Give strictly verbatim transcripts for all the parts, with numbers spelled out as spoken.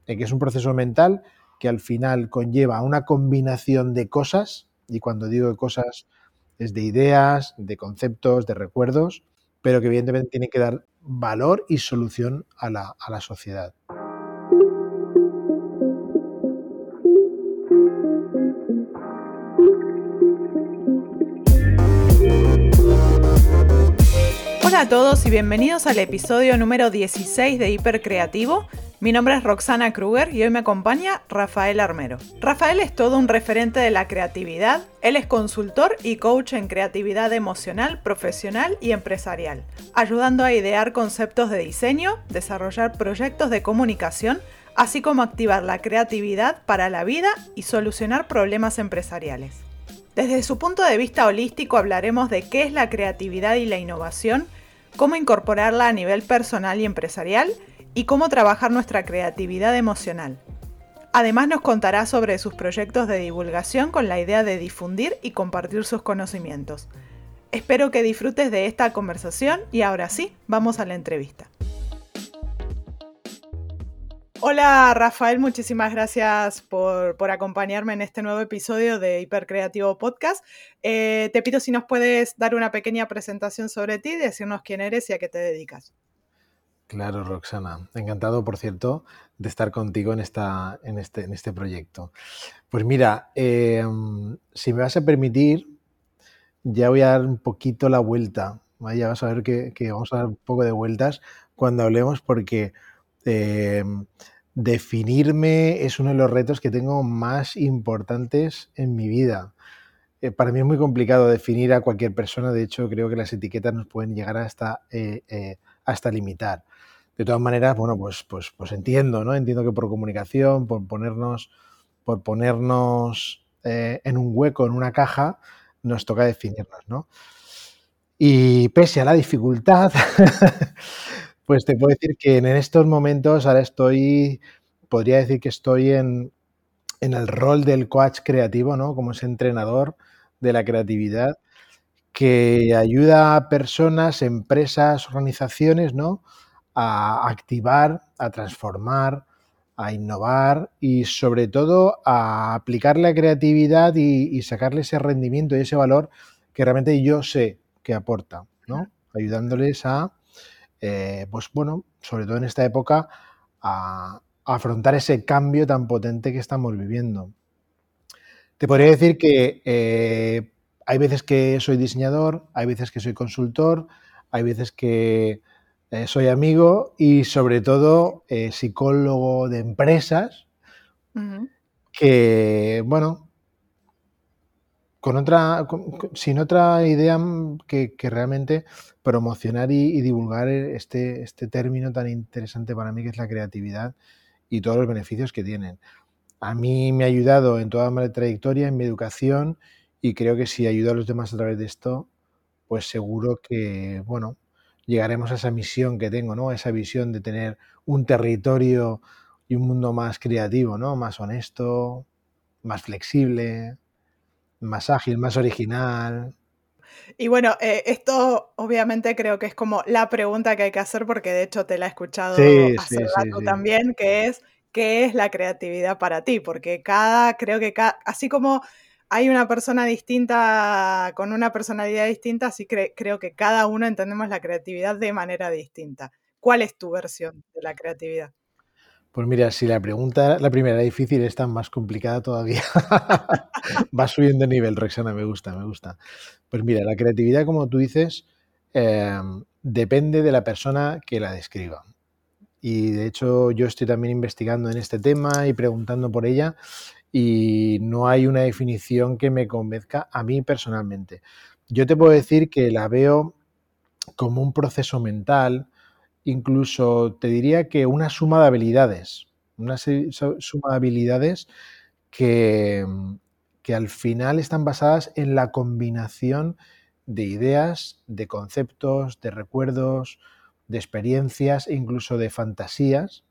eh, que es un proceso mental que al final conlleva una combinación de cosas, y cuando digo de cosas es de ideas, de conceptos, de recuerdos, pero que evidentemente tiene que dar valor y solución a la, a la sociedad. Hola a todos y bienvenidos al episodio número dieciséis de Hipercreativo. Mi nombre es Roxana Kruger y hoy me acompaña Rafael Armero. Rafael es todo un referente de la creatividad. Él es consultor y coach en creatividad emocional, profesional y empresarial, ayudando a idear conceptos de diseño, desarrollar proyectos de comunicación, así como activar la creatividad para la vida y solucionar problemas empresariales. Desde su punto de vista holístico hablaremos de qué es la creatividad y la innovación, cómo incorporarla a nivel personal y empresarial y cómo trabajar nuestra creatividad emocional. Además nos contará sobre sus proyectos de divulgación con la idea de difundir y compartir sus conocimientos. Espero que disfrutes de esta conversación y ahora sí, vamos a la entrevista. Hola Rafael, muchísimas gracias por, por acompañarme en este nuevo episodio de Hipercreativo Podcast. Eh, te pido si nos puedes dar una pequeña presentación sobre ti, decirnos quién eres y a qué te dedicas. Claro, Roxana. Encantado, por cierto, de estar contigo en, esta, en, este, en este proyecto. Pues mira, eh, si me vas a permitir, ya voy a dar un poquito la vuelta. ¿Vale? Ya vas a ver que, que vamos a dar un poco de vueltas cuando hablemos porque eh, definirme es uno de los retos que tengo más importantes en mi vida. Eh, para mí es muy complicado definir a cualquier persona. De hecho, creo que las etiquetas nos pueden llegar hasta, eh, eh, hasta limitar. De todas maneras, bueno, pues, pues, pues entiendo, ¿no? Entiendo que por comunicación, por ponernos, por ponernos eh, en un hueco, en una caja, nos toca definirnos, ¿no? Y pese a la dificultad, pues te puedo decir que en estos momentos ahora estoy, podría decir que estoy en, en el rol del coach creativo, ¿no? Como ese entrenador de la creatividad que ayuda a personas, empresas, organizaciones, ¿no? A activar, a transformar, a innovar y sobre todo a aplicar la creatividad y, y sacarle ese rendimiento y ese valor que realmente yo sé que aporta, ¿no? Ayudándoles a, eh, pues bueno, sobre todo en esta época, a, a afrontar ese cambio tan potente que estamos viviendo. Te podría decir que eh, hay veces que soy diseñador, hay veces que soy consultor, hay veces que eh, soy amigo y sobre todo eh, psicólogo de empresas Uh-huh. que, bueno, con otra, con, con, sin otra idea que, que realmente promocionar y, y divulgar este, este término tan interesante para mí que es la creatividad y todos los beneficios que tienen. A mí me ha ayudado en toda mi trayectoria, en mi educación, y creo que si ayudo a los demás a través de esto, pues seguro que, bueno, llegaremos a esa misión que tengo, ¿no? A esa visión de tener un territorio y un mundo más creativo, ¿no? Más honesto, más flexible, más ágil, más original. Y bueno, eh, esto obviamente creo que es como la pregunta que hay que hacer porque de hecho te la he escuchado Sí, hace sí, sí, rato sí. también, que es ¿qué es la creatividad para ti? Porque cada, creo que cada, así como hay una persona distinta con una personalidad distinta, así cre- creo que cada uno entendemos la creatividad de manera distinta. ¿Cuál es tu versión de la creatividad? Pues mira, si la pregunta, la primera difícil, esta más complicada todavía. Va subiendo de nivel, Roxana, me gusta, me gusta. Pues mira, la creatividad, como tú dices, eh, depende de la persona que la describa. Y de hecho yo estoy también investigando en este tema y preguntando por ella y no hay una definición que me convenzca a mí personalmente. Yo te puedo decir que la veo como un proceso mental, incluso te diría que una suma de habilidades, una suma de habilidades que, que al final están basadas en la combinación de ideas, de conceptos, de recuerdos, de experiencias e incluso de fantasías,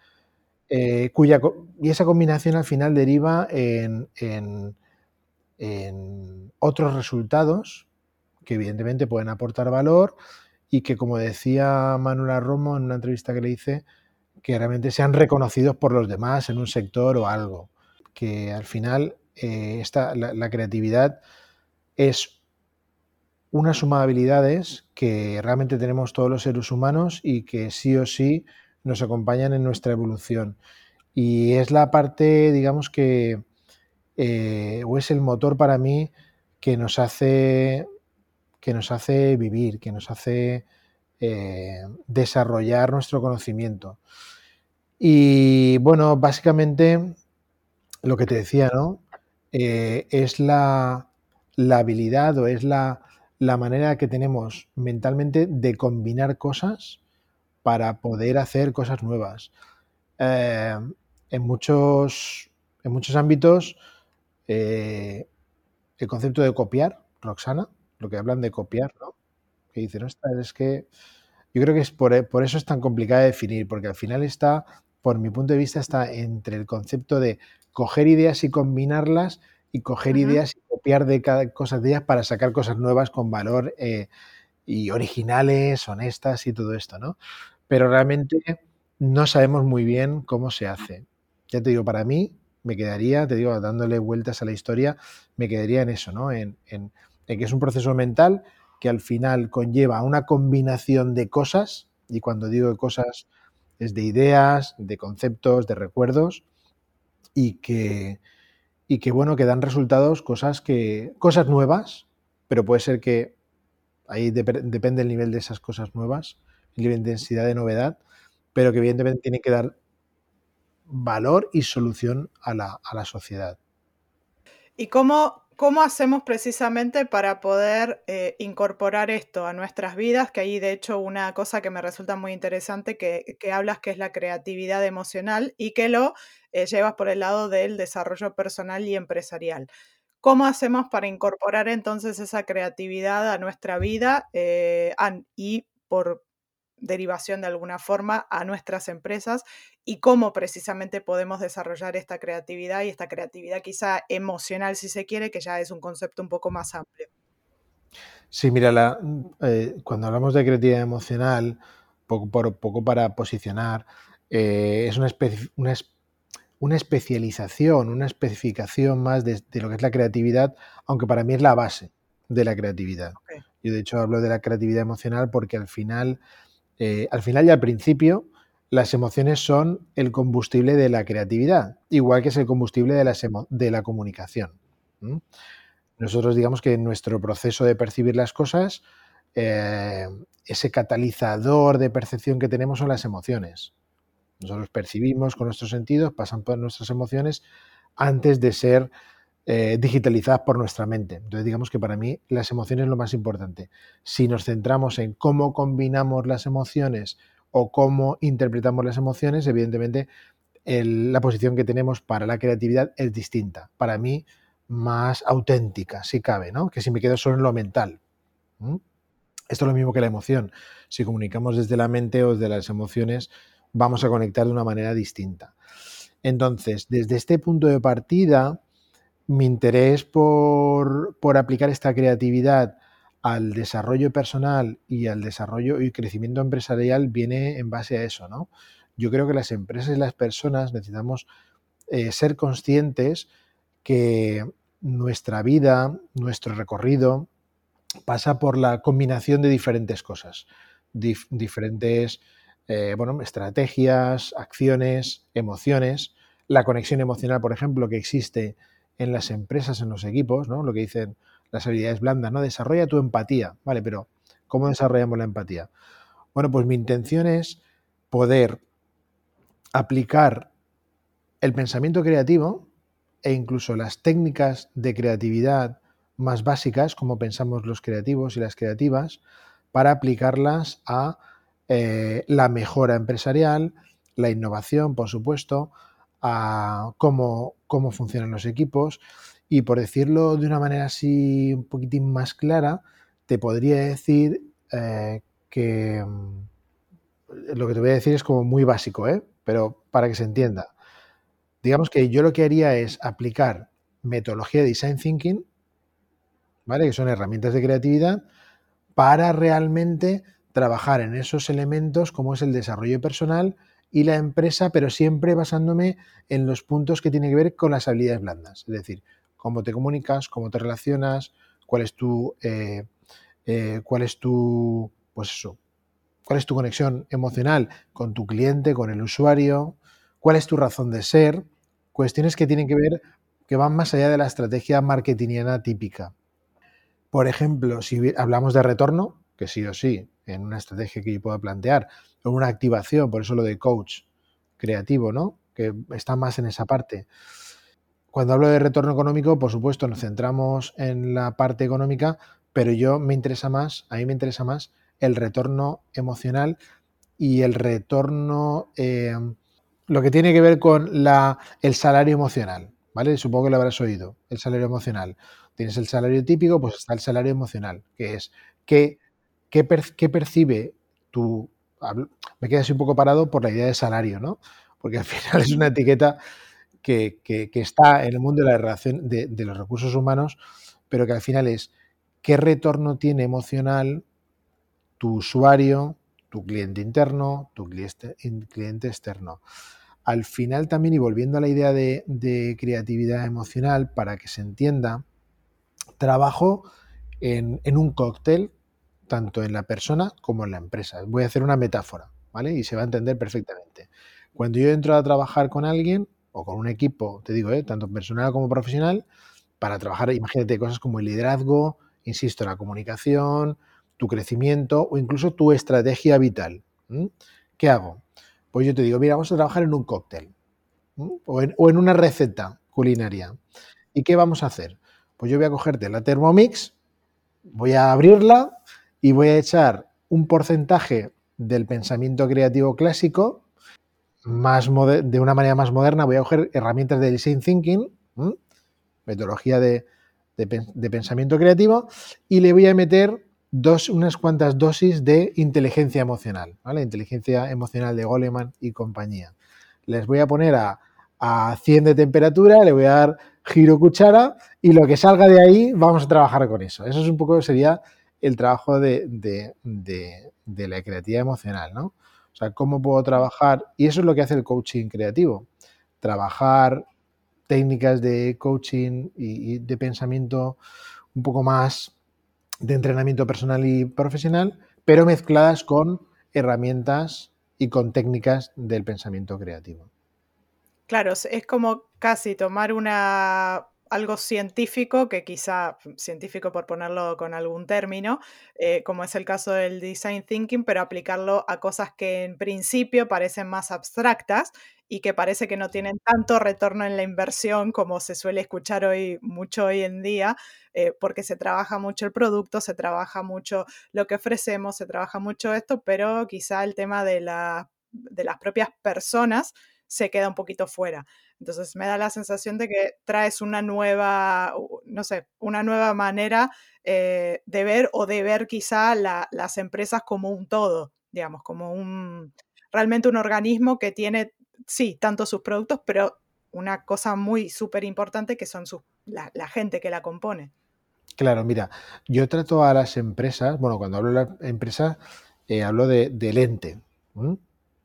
eh, cuya, y esa combinación al final deriva en, en, en otros resultados que evidentemente pueden aportar valor y que, como decía Manuela Romo en una entrevista que le hice, que realmente sean reconocidos por los demás en un sector o algo. Que al final eh, esta, la, la creatividad es una suma de habilidades que realmente tenemos todos los seres humanos y que sí o sí nos acompañan en nuestra evolución. Y es la parte, digamos que, eh, o es el motor para mí que nos hace, que nos hace vivir, que nos hace eh, desarrollar nuestro conocimiento. Y bueno, básicamente lo que te decía, ¿no? Eh, es la, la habilidad o es la, la manera que tenemos mentalmente de combinar cosas para poder hacer cosas nuevas. Eh, en, muchos, en muchos ámbitos, eh, el concepto de copiar, Roxana, lo que hablan de copiar, ¿no? Que dicen, ostras, es que yo creo que es por, por eso es tan complicado de definir, porque al final está, por mi punto de vista, está entre el concepto de coger ideas y combinarlas y coger Ujú. ideas y copiar de cada cosas de ellas para sacar cosas nuevas con valor eh, y originales, honestas y todo esto, ¿no? Pero realmente no sabemos muy bien cómo se hace. Ya te digo, para mí me quedaría, te digo, dándole vueltas a la historia, me quedaría en eso, ¿no? En, en, en que es un proceso mental que al final conlleva una combinación de cosas, y cuando digo de cosas es de ideas, de conceptos, de recuerdos, y que, y que bueno, que dan resultados, cosas que, cosas nuevas, pero puede ser que ahí dep- depende el nivel de esas cosas nuevas, el nivel de intensidad de novedad, pero que evidentemente tiene que dar valor y solución a la, a la sociedad. ¿Y cómo, cómo hacemos precisamente para poder eh, incorporar esto a nuestras vidas? Que ahí, de hecho, una cosa que me resulta muy interesante que, que hablas, que es la creatividad emocional y que lo eh, llevas por el lado del desarrollo personal y empresarial. ¿Cómo hacemos para incorporar entonces esa creatividad a nuestra vida eh, an- y por derivación de alguna forma a nuestras empresas y cómo precisamente podemos desarrollar esta creatividad y esta creatividad quizá emocional, si se quiere, que ya es un concepto un poco más amplio? Sí, mira, la, eh, cuando hablamos de creatividad emocional, poco, por, poco para posicionar, eh, es una, espe- una, es- una especialización, una especificación más de, de lo que es la creatividad, aunque para mí es la base de la creatividad. Ok. Yo de hecho hablo de la creatividad emocional porque al final, eh, al final y al principio, las emociones son el combustible de la creatividad, igual que es el combustible de, las emo- de la comunicación. ¿Mm? Nosotros digamos que en nuestro proceso de percibir las cosas, eh, ese catalizador de percepción que tenemos son las emociones. Nosotros percibimos con nuestros sentidos, pasan por nuestras emociones antes de ser eh, digitalizadas por nuestra mente. Entonces digamos que para mí las emociones es lo más importante. Si nos centramos en cómo combinamos las emociones o cómo interpretamos las emociones, evidentemente el, la posición que tenemos para la creatividad es distinta. Para mí, más auténtica, si cabe, ¿no? Que si me quedo solo en lo mental. ¿Mm? Esto es lo mismo que la emoción. Si comunicamos desde la mente o desde las emociones, vamos a conectar de una manera distinta. Entonces, desde este punto de partida, mi interés por, por aplicar esta creatividad al desarrollo personal y al desarrollo y crecimiento empresarial viene en base a eso, ¿no? Yo creo que las empresas y las personas necesitamos eh, ser conscientes que nuestra vida, nuestro recorrido, pasa por la combinación de diferentes cosas, dif diferentes eh, bueno, estrategias, acciones, emociones, la conexión emocional, por ejemplo, que existe en las empresas, en los equipos, ¿no? Lo que dicen las habilidades blandas, ¿no? Desarrolla tu empatía, ¿vale? Pero ¿cómo desarrollamos la empatía? Bueno, pues mi intención es poder aplicar el pensamiento creativo e incluso las técnicas de creatividad más básicas, como pensamos los creativos y las creativas, para aplicarlas a eh, la mejora empresarial, la innovación, por supuesto, a cómo, cómo funcionan los equipos. Y por decirlo de una manera así un poquitín más clara, te podría decir eh, que mm, lo que te voy a decir es como muy básico, ¿eh? Pero para que se entienda. Digamos que yo lo que haría es aplicar metodología de design thinking, ¿vale? Que son herramientas de creatividad, para realmente trabajar en esos elementos como es el desarrollo personal y la empresa, pero siempre basándome en los puntos que tienen que ver con las habilidades blandas. Es decir, cómo te comunicas, cómo te relacionas, cuál es tu, eh, eh, cuál es tu, pues eso, cuál es tu conexión emocional con tu cliente, con el usuario, cuál es tu razón de ser, cuestiones que tienen que ver, que van más allá de la estrategia marketingiana típica. Por ejemplo, si hablamos de retorno, que sí o sí, en una estrategia que yo puedo plantear, o una activación, por eso lo de coach creativo, ¿no? Que está más en esa parte. Cuando hablo de retorno económico, por supuesto, nos centramos en la parte económica, pero yo me interesa más, a mí me interesa más el retorno emocional y el retorno, eh, lo que tiene que ver con la, el salario emocional, ¿vale? Supongo que lo habrás oído, el salario emocional. Tienes el salario típico, pues está el salario emocional, que es qué, qué, per, qué percibe tu... Me quedé así un poco parado por la idea de salario, ¿no? Porque al final es una etiqueta que, que, que está en el mundo de la relación de, de los recursos humanos, pero que al final es qué retorno tiene emocional tu usuario, tu cliente interno, tu cliente, cliente externo. Al final también, y volviendo a la idea de, de creatividad emocional, para que se entienda, trabajo en, en un cóctel, tanto en la persona como en la empresa. Voy a hacer una metáfora, ¿vale? Y se va a entender perfectamente. Cuando yo entro a trabajar con alguien o con un equipo, te digo, ¿eh? Tanto personal como profesional, para trabajar, imagínate, cosas como el liderazgo, insisto, la comunicación, tu crecimiento o incluso tu estrategia vital. ¿Mm? ¿Qué hago? Pues yo te digo, mira, vamos a trabajar en un cóctel, ¿Mm? o, en, o en una receta culinaria. ¿Y qué vamos a hacer? Pues yo voy a cogerte la Thermomix, voy a abrirla y voy a echar un porcentaje del pensamiento creativo clásico, más de una manera más moderna, voy a coger herramientas de design thinking, ¿m? metodología de, de, de, pensamiento creativo, y le voy a meter dos, unas cuantas dosis de inteligencia emocional, ¿vale? Inteligencia emocional de Goleman y compañía. Les voy a poner a, a cien de temperatura, le voy a dar giro cuchara y lo que salga de ahí vamos a trabajar con eso. Eso es un poco, sería el trabajo de, de, de, de la creatividad emocional, ¿no? O sea, cómo puedo trabajar, y eso es lo que hace el coaching creativo, trabajar técnicas de coaching y, y de pensamiento un poco más de entrenamiento personal y profesional, pero mezcladas con herramientas y con técnicas del pensamiento creativo. Claro, es como casi tomar una, algo científico, que quizá, científico por ponerlo con algún término, eh, como es el caso del design thinking, pero aplicarlo a cosas que en principio parecen más abstractas y que parece que no tienen tanto retorno en la inversión como se suele escuchar hoy, mucho hoy en día, eh, porque se trabaja mucho el producto, se trabaja mucho lo que ofrecemos, se trabaja mucho esto, pero quizá el tema de, la, de las propias personas se queda un poquito fuera. Entonces me da la sensación de que traes una nueva, no sé, una nueva manera eh, de ver o de ver quizá la, las empresas como un todo, digamos, como un, realmente un organismo que tiene, sí, tanto sus productos, pero una cosa muy súper importante que son sus, la, la gente que la compone. Claro, mira, yo trato a las empresas, bueno, cuando hablo de la empresa, eh, hablo de, del ente, ¿m?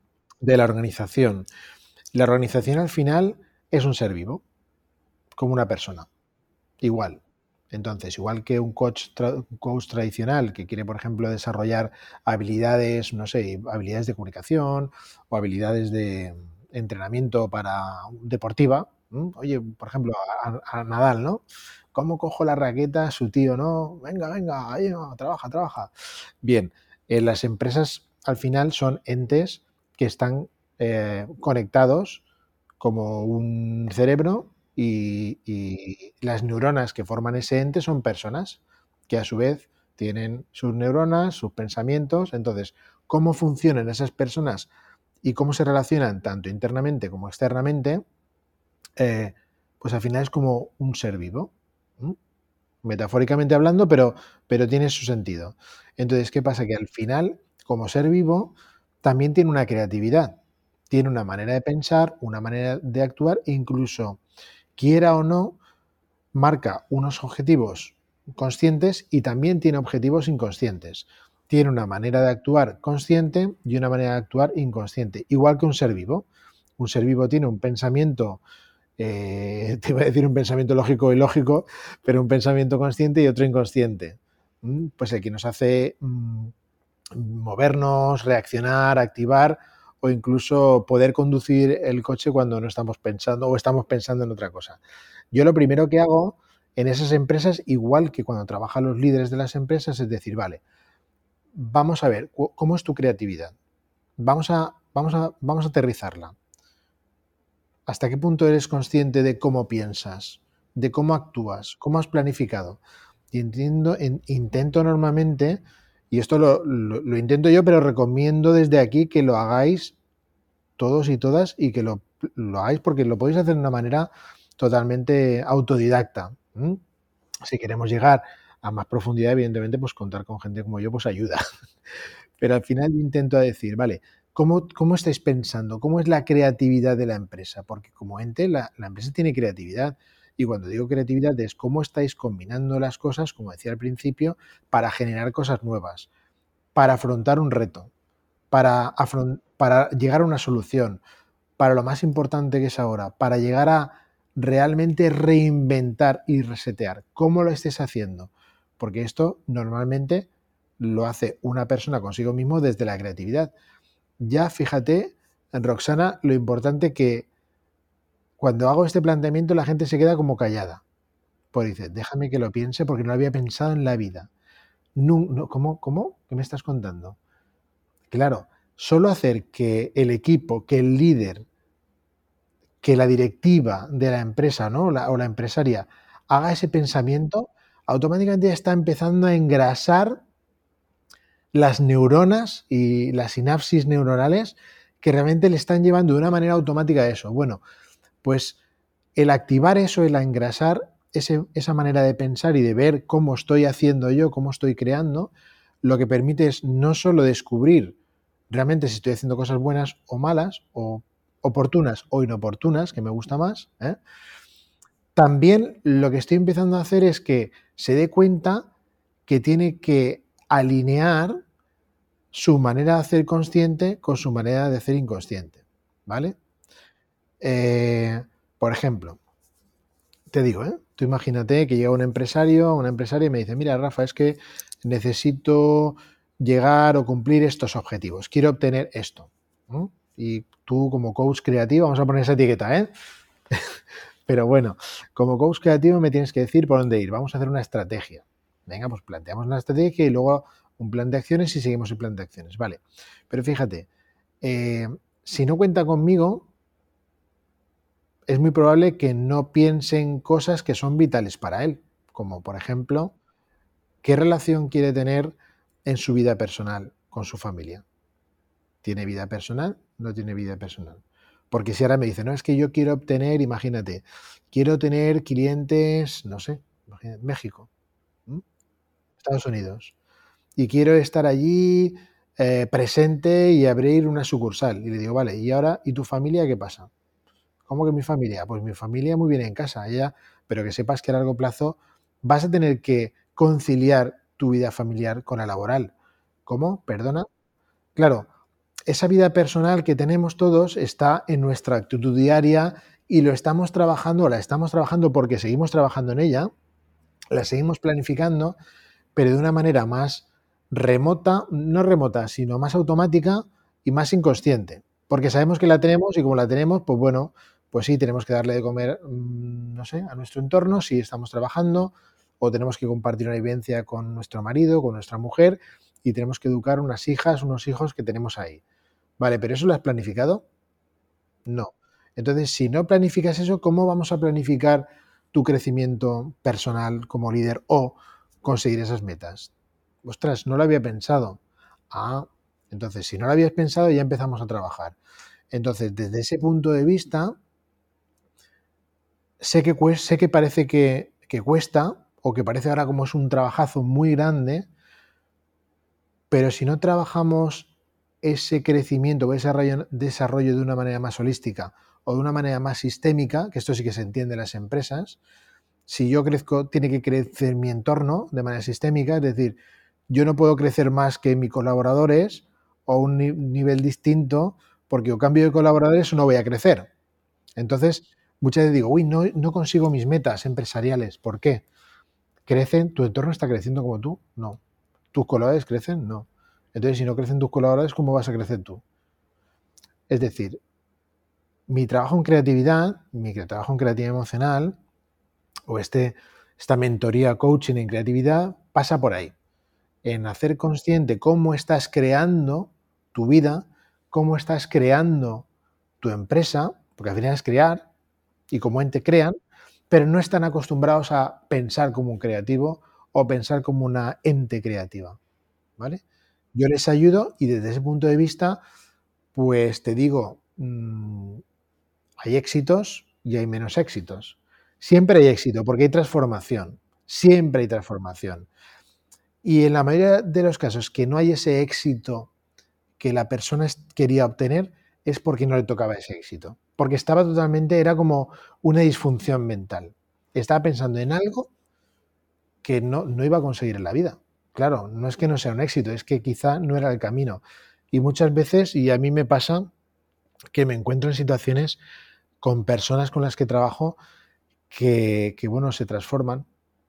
de la organización. La organización al final es un ser vivo, como una persona, igual. Entonces, igual que un coach, tra un coach tradicional que quiere, por ejemplo, desarrollar habilidades, no sé, habilidades de comunicación o habilidades de entrenamiento para deportiva. ¿m? Oye, por ejemplo, a, a, Nadal, ¿no? ¿Cómo cojo la raqueta a su tío, no? Venga, venga, ahí, no, trabaja, trabaja. Bien, eh, las empresas al final son entes que están eh, conectados como un cerebro y, y las neuronas que forman ese ente son personas que a su vez tienen sus neuronas, sus pensamientos. Entonces, ¿cómo funcionan esas personas y cómo se relacionan tanto internamente como externamente? Eh, pues al final es como un ser vivo, ¿m? Metafóricamente hablando, pero, pero tiene su sentido. Entonces, ¿qué pasa? Que al final, como ser vivo, también tiene una creatividad, tiene una manera de pensar, una manera de actuar e incluso, quiera o no, marca unos objetivos conscientes y también tiene objetivos inconscientes. tiene una manera de actuar consciente y una manera de actuar inconsciente, igual que un ser vivo. Un ser vivo tiene un pensamiento, eh, te iba a decir un pensamiento lógico y lógico, pero un pensamiento consciente y otro inconsciente. ¿Mm? Pues el que nos hace mm, movernos, reaccionar, activar o incluso poder conducir el coche cuando no estamos pensando o estamos pensando en otra cosa. Yo lo primero que hago en esas empresas, igual que cuando trabajan los líderes de las empresas, es decir, vale, vamos a ver, ¿cómo es tu creatividad? Vamos a, vamos a, vamos a aterrizarla. ¿Hasta qué punto eres consciente de cómo piensas, de cómo actúas, cómo has planificado? Y entiendo, en, intento normalmente, y esto lo, lo, lo intento yo, pero recomiendo desde aquí que lo hagáis todos y todas y que lo, lo hagáis porque lo podéis hacer de una manera totalmente autodidacta. ¿Mm? Si queremos llegar a más profundidad, evidentemente, pues contar con gente como yo pues ayuda. Pero al final intento decir, vale, ¿cómo, cómo estáis pensando? ¿Cómo es la creatividad de la empresa? Porque como ente, la, la empresa tiene creatividad. Y cuando digo creatividad es cómo estáis combinando las cosas, como decía al principio, para generar cosas nuevas, para afrontar un reto, para, afront para llegar a una solución, para lo más importante que es ahora, para llegar a realmente reinventar y resetear. ¿Cómo lo estés haciendo? Porque esto normalmente lo hace una persona consigo mismo desde la creatividad. Ya fíjate, Roxana, lo importante que cuando hago este planteamiento la gente se queda como callada. Pues dice, déjame que lo piense porque no lo había pensado en la vida. No, no, ¿cómo, ¿Cómo? ¿Qué me estás contando? Claro, solo hacer que el equipo, que el líder, que la directiva de la empresa, ¿no? la, o la empresaria haga ese pensamiento, automáticamente ya está empezando a engrasar las neuronas y las sinapsis neuronales que realmente le están llevando de una manera automática a eso. Bueno, pues el activar eso, el engrasar ese, esa manera de pensar y de ver cómo estoy haciendo yo, cómo estoy creando, lo que permite es no solo descubrir realmente si estoy haciendo cosas buenas o malas, o oportunas o inoportunas, que me gusta más, ¿eh? También lo que estoy empezando a hacer es que se dé cuenta que tiene que alinear su manera de hacer consciente con su manera de hacer inconsciente, ¿vale? Eh, por ejemplo, te digo, ¿eh? Tú imagínate que llega un empresario, una empresaria y me dice, mira, Rafa, es que necesito llegar o cumplir estos objetivos, quiero obtener esto. ¿No? Y tú como coach creativo, vamos a poner esa etiqueta, ¿eh? Pero bueno, como coach creativo me tienes que decir por dónde ir, vamos a hacer una estrategia. Venga, pues planteamos una estrategia y luego un plan de acciones y seguimos el plan de acciones, vale. Pero fíjate, eh, si no cuenta conmigo, es muy probable que no piense en cosas que son vitales para él, como por ejemplo, ¿qué relación quiere tener en su vida personal con su familia? ¿Tiene vida personal? ¿No tiene vida personal? Porque si ahora me dice, no, es que yo quiero obtener, imagínate, quiero tener clientes, no sé, imagínate, México, ¿m? Estados Unidos, y quiero estar allí eh, presente y abrir una sucursal. Y le digo, vale, ¿y ahora, y tu familia qué pasa? ¿Cómo que mi familia? Pues mi familia muy bien en casa, ella, pero que sepas que a largo plazo vas a tener que conciliar tu vida familiar con la laboral. ¿Cómo? ¿Perdona? Claro, esa vida personal que tenemos todos está en nuestra actitud diaria y lo estamos trabajando, la estamos trabajando porque seguimos trabajando en ella, la seguimos planificando, pero de una manera más remota, no remota, sino más automática y más inconsciente. Porque sabemos que la tenemos y como la tenemos, pues bueno, pues sí, tenemos que darle de comer, no sé, a nuestro entorno si estamos trabajando o tenemos que compartir una vivencia con nuestro marido, con nuestra mujer y tenemos que educar unas hijas, unos hijos que tenemos ahí. Vale, pero ¿eso lo has planificado? No. Entonces, si no planificas eso, ¿cómo vamos a planificar tu crecimiento personal como líder o conseguir esas metas? Ostras, no lo había pensado. Ah, entonces, si no lo habías pensado, ya empezamos a trabajar. Entonces, desde ese punto de vista, sé que, sé que parece que, que cuesta, o que parece ahora como es un trabajazo muy grande, pero si no trabajamos ese crecimiento o ese desarrollo de una manera más holística o de una manera más sistémica, que esto sí que se entiende en las empresas, si yo crezco, tiene que crecer mi entorno de manera sistémica, es decir, yo no puedo crecer más que mis colaboradores o a un ni nivel distinto, porque o cambio de colaboradores o no voy a crecer. Entonces, muchas veces digo, uy, no, no consigo mis metas empresariales. ¿Por qué? ¿Crecen? ¿Tu entorno está creciendo como tú? No. ¿Tus colaboradores crecen? No. Entonces, si no crecen tus colaboradores, ¿cómo vas a crecer tú? Es decir, mi trabajo en creatividad, mi trabajo en creatividad emocional, o este, esta mentoría coaching en creatividad, pasa por ahí, en hacer consciente cómo estás creando tu vida, cómo estás creando tu empresa, porque al final es crear, y como ente crean, pero no están acostumbrados a pensar como un creativo o pensar como una ente creativa, ¿vale? Yo les ayudo y desde ese punto de vista, pues te digo, mmm, hay éxitos y hay menos éxitos. Siempre hay éxito porque hay transformación, siempre hay transformación. Y en la mayoría de los casos que no hay ese éxito que la persona quería obtener es porque no le tocaba ese éxito. Porque estaba totalmente, era como una disfunción mental. Estaba pensando en algo que no, no iba a conseguir en la vida. Claro, no es que no sea un éxito, es que quizá no era el camino. Y muchas veces, y a mí me pasa, que me encuentro en situaciones con personas con las que trabajo que, que bueno, se transforman,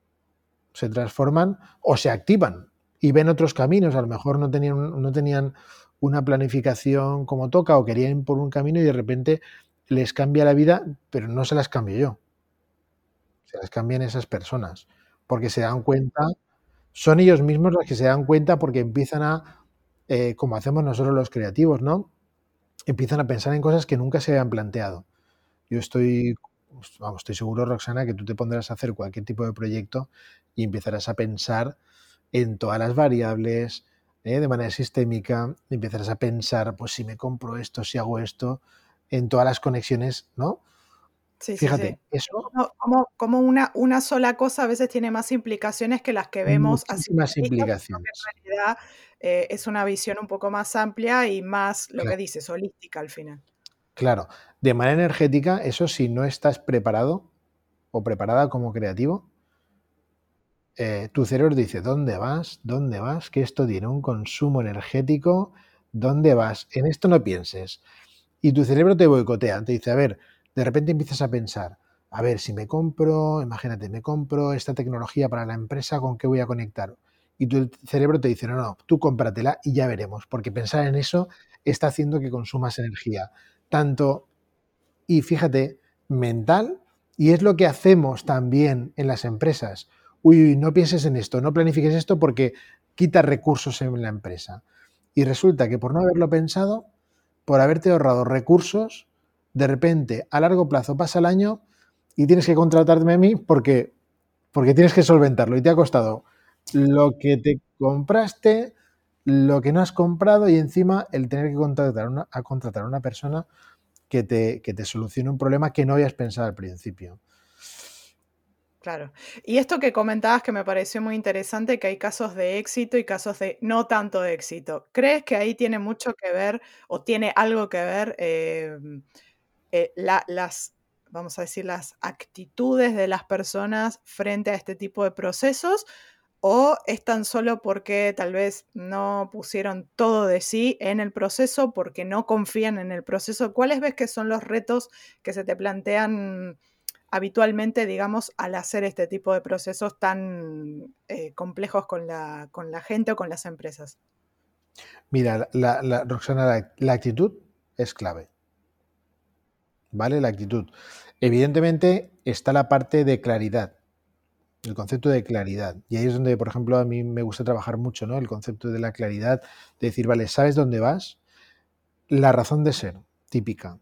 se transforman o se activan y ven otros caminos. A lo mejor no tenían, no tenían una planificación como toca o querían ir por un camino y de repente les cambia la vida, pero no se las cambio yo. Se las cambian esas personas porque se dan cuenta, son ellos mismos los que se dan cuenta porque empiezan a, eh, como hacemos nosotros los creativos, ¿no? Empiezan a pensar en cosas que nunca se habían planteado. Yo estoy, vamos, estoy seguro, Roxana, que tú te pondrás a hacer cualquier tipo de proyecto y empezarás a pensar en todas las variables, ¿eh? De manera sistémica, empezarás a pensar, pues si me compro esto, si hago esto, en todas las conexiones, ¿no? Sí, sí, Fíjate, sí. eso, No, como, como una, una sola cosa a veces tiene más implicaciones que las que vemos a simple muchísimas vista, sino que implicaciones. en realidad eh, es una visión un poco más amplia y más, lo que Claro, dices, holística al final. claro. De manera energética, eso si no estás preparado o preparada como creativo, eh, tu cerebro dice, ¿dónde vas? ¿Dónde vas? Que esto tiene un consumo energético. ¿Dónde vas? En esto no pienses. Y tu cerebro te boicotea, te dice, a ver, de repente empiezas a pensar, a ver, si me compro, imagínate, me compro esta tecnología para la empresa, ¿con qué voy a conectar? Y tu cerebro te dice, no, no, tú cómpratela y ya veremos, porque pensar en eso está haciendo que consumas energía. Tanto, y fíjate, mental, y es lo que hacemos también en las empresas. Uy, no pienses en esto, no planifiques esto porque quita recursos en la empresa. Y resulta que por no haberlo pensado, por haberte ahorrado recursos, de repente a largo plazo pasa el año y tienes que contratarme a mí porque, porque tienes que solventarlo y te ha costado lo que te compraste, lo que no has comprado y encima el tener que contratar una, a contratar a una persona que te, que te solucione un problema que no habías pensado al principio. Claro. Y esto que comentabas que me pareció muy interesante, que hay casos de éxito y casos de no tanto de éxito. ¿Crees que ahí tiene mucho que ver o tiene algo que ver eh, eh, la- las, vamos a decir, las actitudes de las personas frente a este tipo de procesos? ¿O es tan solo porque tal vez no pusieron todo de sí en el proceso, porque no confían en el proceso? ¿Cuáles ves que son los retos que se te plantean habitualmente, digamos, al hacer este tipo de procesos tan eh, complejos con la, con la gente o con las empresas? Mira, la, la, Roxana, la, la actitud es clave, ¿vale? La actitud. Evidentemente está la parte de claridad, el concepto de claridad. Y ahí es donde, por ejemplo, a mí me gusta trabajar mucho, ¿no? El concepto de la claridad, de decir, vale, ¿sabes dónde vas? La razón de ser, típica.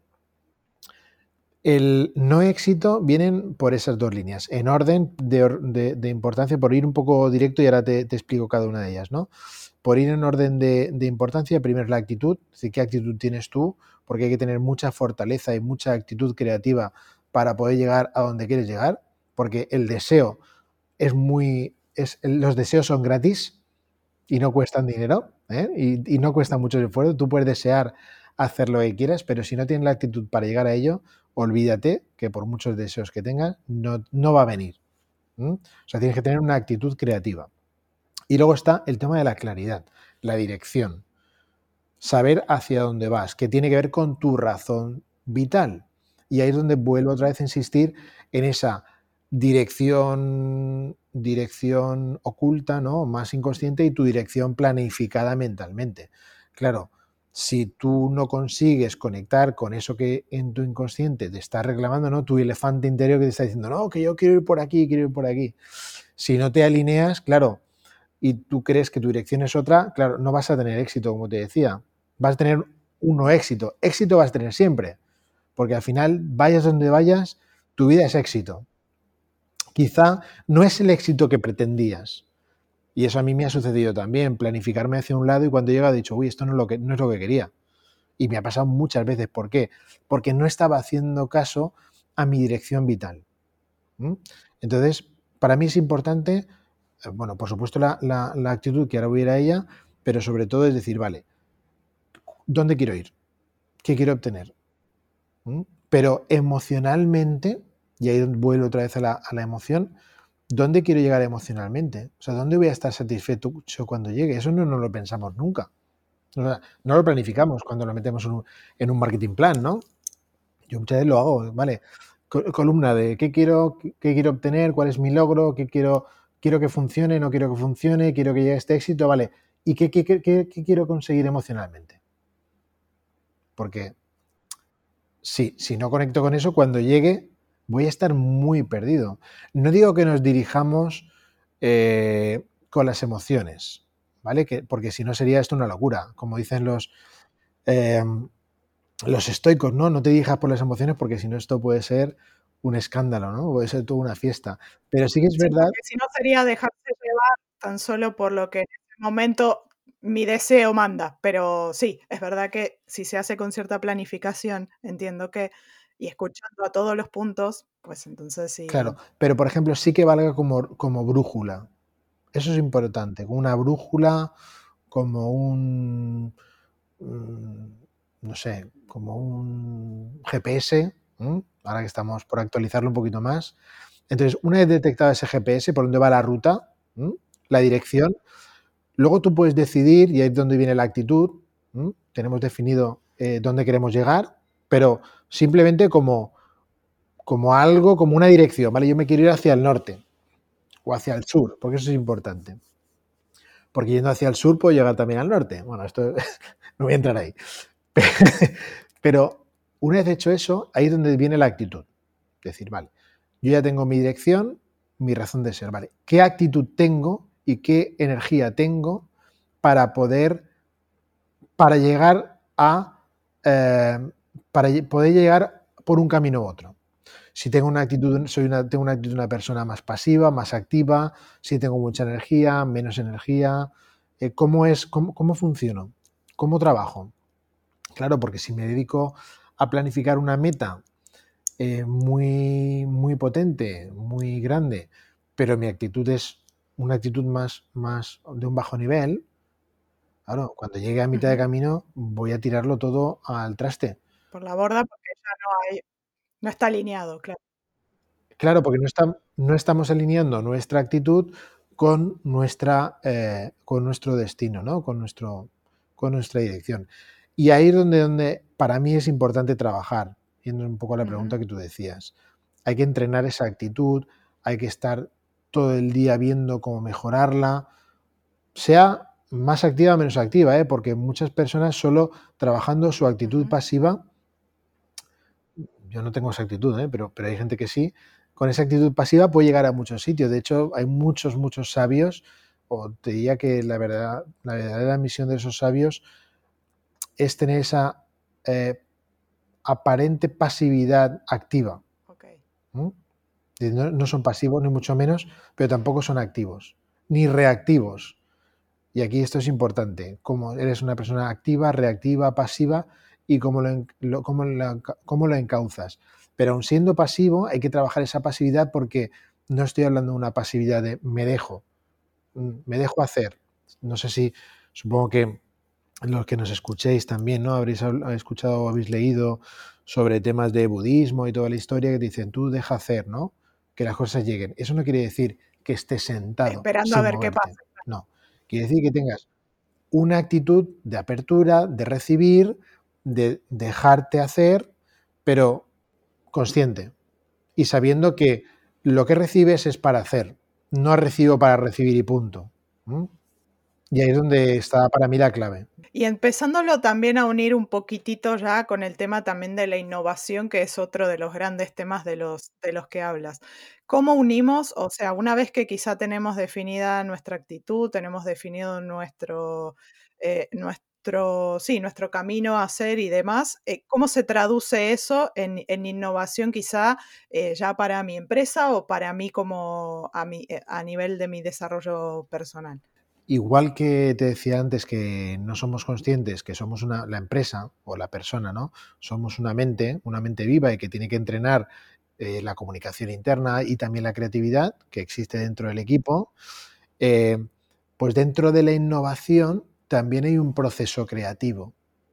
El no éxito vienen por esas dos líneas, en orden de, de, de importancia, por ir un poco directo y ahora te, te, explico cada una de ellas, ¿no? Por ir en orden de, de importancia, primero la actitud, es decir, qué actitud tienes tú, porque hay que tener mucha fortaleza y mucha actitud creativa para poder llegar a donde quieres llegar, porque el deseo es muy, es, los deseos son gratis y no cuestan dinero, ¿eh? y, y no cuesta mucho esfuerzo. Tú puedes desear hacer lo que quieras, pero si no tienes la actitud para llegar a ello, olvídate que por muchos deseos que tengas, no, no va a venir. ¿Mm? O sea, tienes que tener una actitud creativa. Y luego está el tema de la claridad, la dirección, saber hacia dónde vas, que tiene que ver con tu razón vital. Y ahí es donde vuelvo otra vez a insistir en esa dirección, dirección oculta, ¿no? Más inconsciente, y tu dirección planificada mentalmente. Claro, si tú no consigues conectar con eso que en tu inconsciente te está reclamando, ¿no? Tu elefante interior que te está diciendo, no, que yo quiero ir por aquí, quiero ir por aquí. Si no te alineas, claro, y tú crees que tu dirección es otra, claro, no vas a tener éxito, como te decía. Vas a tener uno éxito. Éxito vas a tener siempre, porque al final, vayas donde vayas, tu vida es éxito. Quizá no es el éxito que pretendías. Y eso a mí me ha sucedido también, planificarme hacia un lado y cuando llega he dicho, uy, esto no es lo que, no es lo que quería. Y me ha pasado muchas veces. ¿Por qué? Porque no estaba haciendo caso a mi dirección vital. ¿Mm? Entonces, para mí es importante, bueno, por supuesto la, la, la actitud, que ahora voy a ir a ella, pero sobre todo es decir, vale, ¿dónde quiero ir? ¿Qué quiero obtener? ¿Mm? Pero emocionalmente, y ahí vuelvo otra vez a la, a la emoción, ¿dónde quiero llegar emocionalmente? O sea, ¿dónde voy a estar satisfecho cuando llegue? Eso no, no lo pensamos nunca. O sea, no lo planificamos cuando lo metemos en un, en un marketing plan, ¿no? Yo muchas veces lo hago, ¿vale? Columna de qué quiero, qué quiero obtener, cuál es mi logro, qué quiero, quiero que funcione, no quiero que funcione, quiero que llegue a este éxito, ¿vale? ¿Y qué, qué, qué, qué quiero conseguir emocionalmente? Porque si, si no conecto con eso, cuando llegue voy a estar muy perdido. No digo que nos dirijamos eh, con las emociones, ¿vale? Que, porque si no sería esto una locura. Como dicen los, eh, los estoicos, ¿no? No te dirijas por las emociones porque si no esto puede ser un escándalo, ¿no? Puede ser toda una fiesta. Pero sí que es Sí, verdad... porque si no sería dejarse llevar tan solo por lo que en ese momento mi deseo manda. Pero sí, es verdad que si se hace con cierta planificación, entiendo que, y escuchando a todos los puntos, pues entonces sí. Claro, pero por ejemplo sí que valga como, como brújula. Eso es importante, como una brújula, como un... no sé, como un G P S, ¿eh? Ahora que estamos por actualizarlo un poquito más. Entonces, una vez detectado ese G P S, por dónde va la ruta, ¿eh? La dirección, luego tú puedes decidir, y ahí es donde viene la actitud, ¿eh? Tenemos definido eh, dónde queremos llegar, pero simplemente como, como algo, como una dirección, ¿vale? Yo me quiero ir hacia el norte o hacia el sur, porque eso es importante. Porque yendo hacia el sur puedo llegar también al norte. Bueno, esto no voy a entrar ahí. Pero una vez hecho eso, ahí es donde viene la actitud. Decir, vale, yo ya tengo mi dirección, mi razón de ser, vale. ¿Qué actitud tengo y qué energía tengo para poder, para llegar a, eh, para poder llegar por un camino u otro? Si tengo una actitud, soy una, tengo una actitud de una persona más pasiva, más activa, si tengo mucha energía, menos energía, eh, ¿cómo es, cómo, cómo funciono? ¿Cómo trabajo? Claro, porque si me dedico a planificar una meta eh, muy, muy potente, muy grande, pero mi actitud es una actitud más, más de un bajo nivel, claro, cuando llegue a mitad de camino voy a tirarlo todo al traste. Por la borda, porque ya no hay, no está alineado, claro. Claro, porque no, está, no estamos alineando nuestra actitud con, nuestra, eh, con nuestro destino, ¿no? Con, nuestro, con nuestra dirección. Y ahí es donde, donde para mí es importante trabajar, yendo un poco a la pregunta uh-huh. que tú decías. Hay que entrenar esa actitud, hay que estar todo el día viendo cómo mejorarla, sea más activa o menos activa, ¿eh? Porque muchas personas solo trabajando su actitud uh-huh. pasiva, yo no tengo esa actitud, ¿eh? pero, pero hay gente que sí, con esa actitud pasiva puede llegar a muchos sitios. De hecho, hay muchos, muchos sabios, o te diría que la, verdad, la verdadera misión de esos sabios es tener esa eh, aparente pasividad activa. Okay. ¿Mm? No, no son pasivos, ni mucho menos, pero tampoco son activos, ni reactivos. Y aquí esto es importante, cómo eres una persona activa, reactiva, pasiva y cómo lo, lo, cómo lo, cómo lo encauzas. Pero aun siendo pasivo hay que trabajar esa pasividad porque no estoy hablando de una pasividad de me dejo, me dejo hacer. No sé si, supongo que los que nos escuchéis también, ¿no? Habréis escuchado o habéis leído sobre temas de budismo y toda la historia que dicen tú deja hacer, ¿no? Que las cosas lleguen. Eso no quiere decir que estés sentado esperando sin a ver moverte. qué pasa. No. Quiere decir que tengas una actitud de apertura, de recibir, de dejarte hacer, pero consciente y sabiendo que lo que recibes es para hacer, no recibo para recibir y punto. ¿Mm? Y ahí es donde está para mí la clave. Y empezándolo también a unir un poquitito ya con el tema también de la innovación, que es otro de los grandes temas de los, de los que hablas. ¿Cómo unimos? O sea, una vez que quizá tenemos definida nuestra actitud, tenemos definido nuestro, eh, nuestro, sí, nuestro camino a hacer y demás, eh, ¿cómo se traduce eso en, en innovación quizá eh, ya para mi empresa o para mí como a, mi, eh, a nivel de mi desarrollo personal? Igual que te decía antes que no somos conscientes que somos una, la empresa o la persona, ¿no? Somos una mente, una mente viva y que tiene que entrenar eh, la comunicación interna y también la creatividad que existe dentro del equipo. Eh, pues dentro de la innovación también hay un proceso creativo.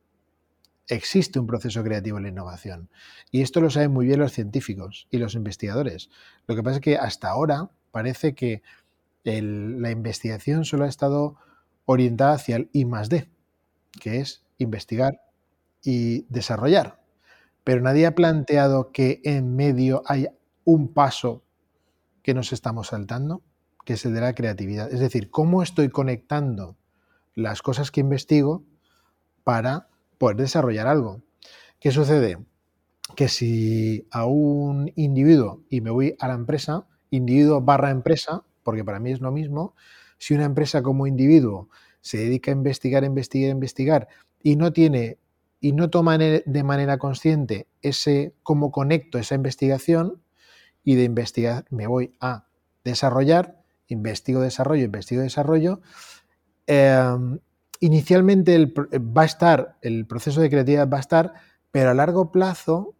Existe un proceso creativo en la innovación. Y esto lo saben muy bien los científicos y los investigadores. Lo que pasa es que hasta ahora parece que el, la investigación solo ha estado orientada hacia el I más D, que es investigar y desarrollar. Pero nadie ha planteado que en medio hay un paso que nos estamos saltando, que es el de la creatividad. Es decir, cómo estoy conectando las cosas que investigo para poder desarrollar algo. ¿Qué sucede? Que si a un individuo, y me voy a la empresa, individuo barra empresa, porque para mí es lo mismo, si una empresa como individuo se dedica a investigar, investigar, investigar y no tiene y no toma de manera consciente ese cómo conecto esa investigación y de investigar me voy a desarrollar, investigo, desarrollo, investigo, desarrollo, eh, inicialmente el, va a estar, el proceso de creatividad va a estar, pero a largo plazo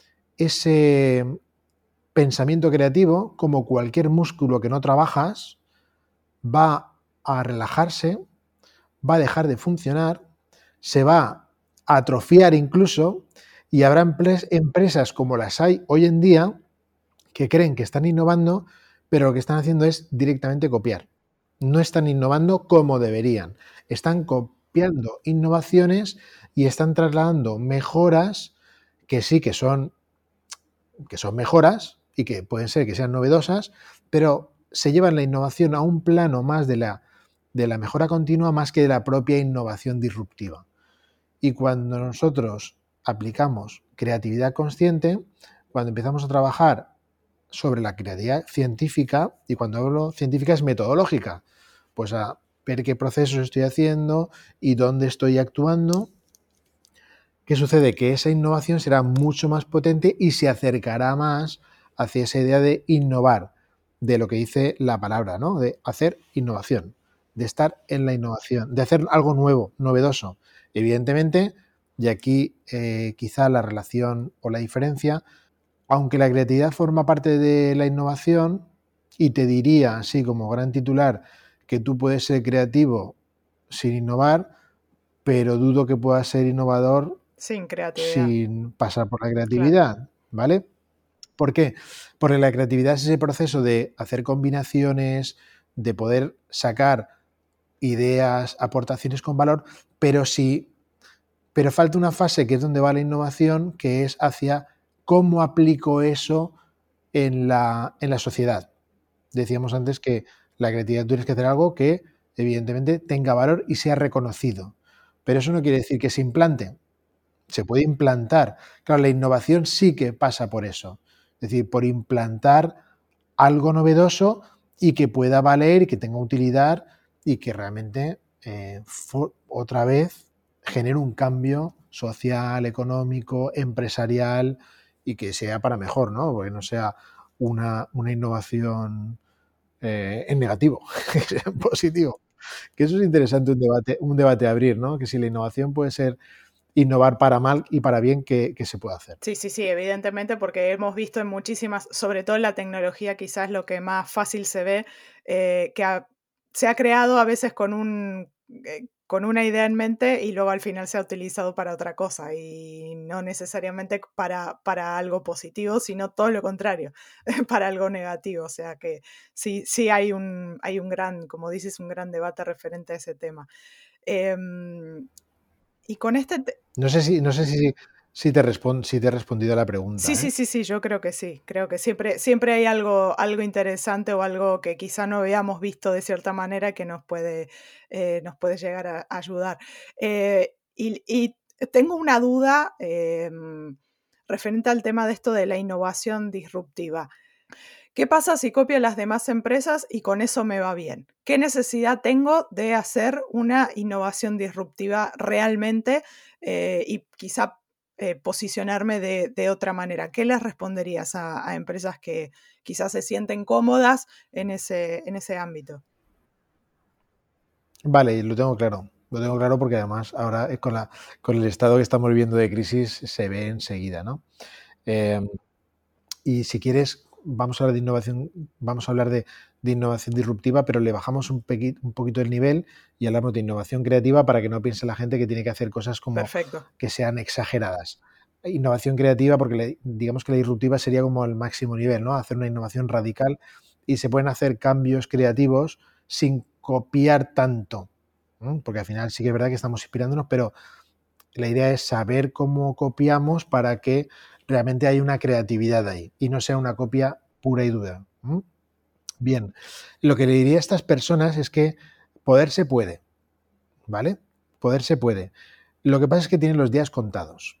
ese pensamiento creativo, como cualquier músculo que no trabajas, va a relajarse, va a dejar de funcionar, se va a atrofiar incluso, y habrá empresas como las hay hoy en día que creen que están innovando, pero lo que están haciendo es directamente copiar. No están innovando como deberían. Están copiando innovaciones y están trasladando mejoras que sí que son que son mejoras y que pueden ser que sean novedosas, pero se llevan la innovación a un plano más de la, de la mejora continua más que de la propia innovación disruptiva. Y cuando nosotros aplicamos creatividad consciente, cuando empezamos a trabajar sobre la creatividad científica, y cuando hablo científica es metodológica, pues a ver qué procesos estoy haciendo y dónde estoy actuando. ¿Qué sucede? Que esa innovación será mucho más potente y se acercará más hacia esa idea de innovar, de lo que dice la palabra, ¿no? De hacer innovación, de estar en la innovación, de hacer algo nuevo, novedoso. Evidentemente, y aquí eh, quizá la relación o la diferencia, aunque la creatividad forma parte de la innovación, y te diría, así como gran titular, que tú puedes ser creativo sin innovar, pero dudo que puedas ser innovador sin creatividad. Sin pasar por la creatividad, claro. ¿Vale? ¿Por qué? Porque la creatividad es ese proceso de hacer combinaciones, de poder sacar ideas, aportaciones con valor, pero sí, pero falta una fase que es donde va la innovación, que es hacia cómo aplico eso en la, en la sociedad. Decíamos antes que la creatividad tú tienes que hacer algo que evidentemente tenga valor y sea reconocido. Pero eso no quiere decir que se implante. Se puede implantar. Claro, la innovación sí que pasa por eso. Es decir, por implantar algo novedoso y que pueda valer y que tenga utilidad y que realmente eh, for, otra vez genere un cambio social, económico, empresarial y que sea para mejor, ¿no? Porque no sea una, una innovación eh, en negativo, que sea en positivo. Que eso es interesante un debate, un debate a abrir, ¿no? Que si la innovación puede ser innovar para mal y para bien que, que se puede hacer. Sí, sí, sí, evidentemente, porque hemos visto en muchísimas, sobre todo en la tecnología, quizás lo que más fácil se ve, eh, que ha, se ha creado a veces con un, eh, con una idea en mente y luego al final se ha utilizado para otra cosa y no necesariamente para, para algo positivo, sino todo lo contrario, para algo negativo. O sea que sí, sí hay un, hay un gran, como dices, un gran debate referente a ese tema. Eh, y con este... Te- No sé si, no sé si, si, te respon- si te he respondido a la Sí, pregunta, sí, ¿eh? sí, sí, yo creo que sí. Creo que siempre, siempre hay algo, algo interesante o algo que quizá no habíamos visto de cierta manera que nos puede, eh, nos puede llegar a, a ayudar. Eh, y, y tengo una duda eh, referente al tema de esto de la innovación disruptiva. ¿Qué pasa si copio las demás empresas y con eso me va bien? ¿Qué necesidad tengo de hacer una innovación disruptiva realmente eh, y quizá eh, posicionarme de, de otra manera? ¿Qué les responderías a, a empresas que quizás se sienten cómodas en ese, en ese ámbito? Vale, lo tengo claro. Lo tengo claro porque además ahora eh, con, la, con el estado que estamos viviendo de crisis se ve enseguida, ¿no? Eh, y si quieres, vamos a hablar de innovación, vamos a hablar de, de innovación disruptiva, pero le bajamos un, pequi, un poquito el nivel y hablamos de innovación creativa para que no piense la gente que tiene que hacer cosas como Perfecto. que sean exageradas. Innovación creativa, porque le, digamos que la disruptiva sería como el máximo nivel, ¿no? Hacer una innovación radical y se pueden hacer cambios creativos sin copiar tanto, ¿no? Porque al final sí que es verdad que estamos inspirándonos, pero la idea es saber cómo copiamos para que realmente haya una creatividad ahí y no sea una copia pura y dura. ¿Mm? Bien, lo que le diría a estas personas es que poder se puede, ¿vale? Poder se puede. Lo que pasa es que tienen los días contados.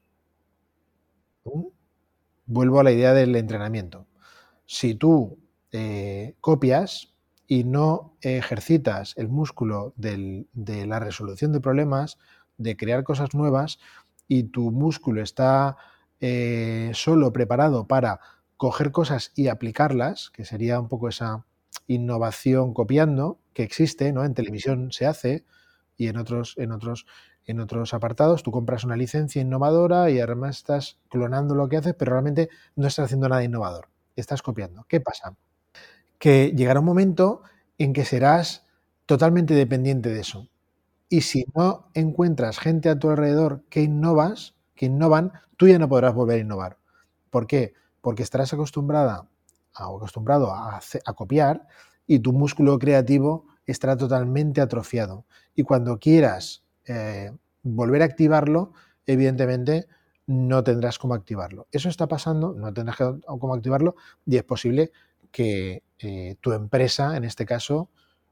¿Mm? Vuelvo a la idea del entrenamiento. Si tú eh, copias y no ejercitas el músculo del, de la resolución de problemas, de crear cosas nuevas, y tu músculo está eh, solo preparado para coger cosas y aplicarlas, que sería un poco esa innovación copiando que existe, ¿no? En televisión se hace y en otros, en otros, en otros apartados. Tú compras una licencia innovadora y además estás clonando lo que haces, pero realmente no estás haciendo nada innovador. Estás copiando. ¿Qué pasa? Que llegará un momento en que serás totalmente dependiente de eso. Y si no encuentras gente a tu alrededor que innovas, que innovan, tú ya no podrás volver a innovar. ¿Por qué? Porque estarás acostumbrada o acostumbrado a, hacer, a copiar y tu músculo creativo estará totalmente atrofiado. Y cuando quieras eh, volver a activarlo, evidentemente no tendrás cómo activarlo. Eso está pasando, no tendrás cómo activarlo y es posible que eh, tu empresa, en este caso,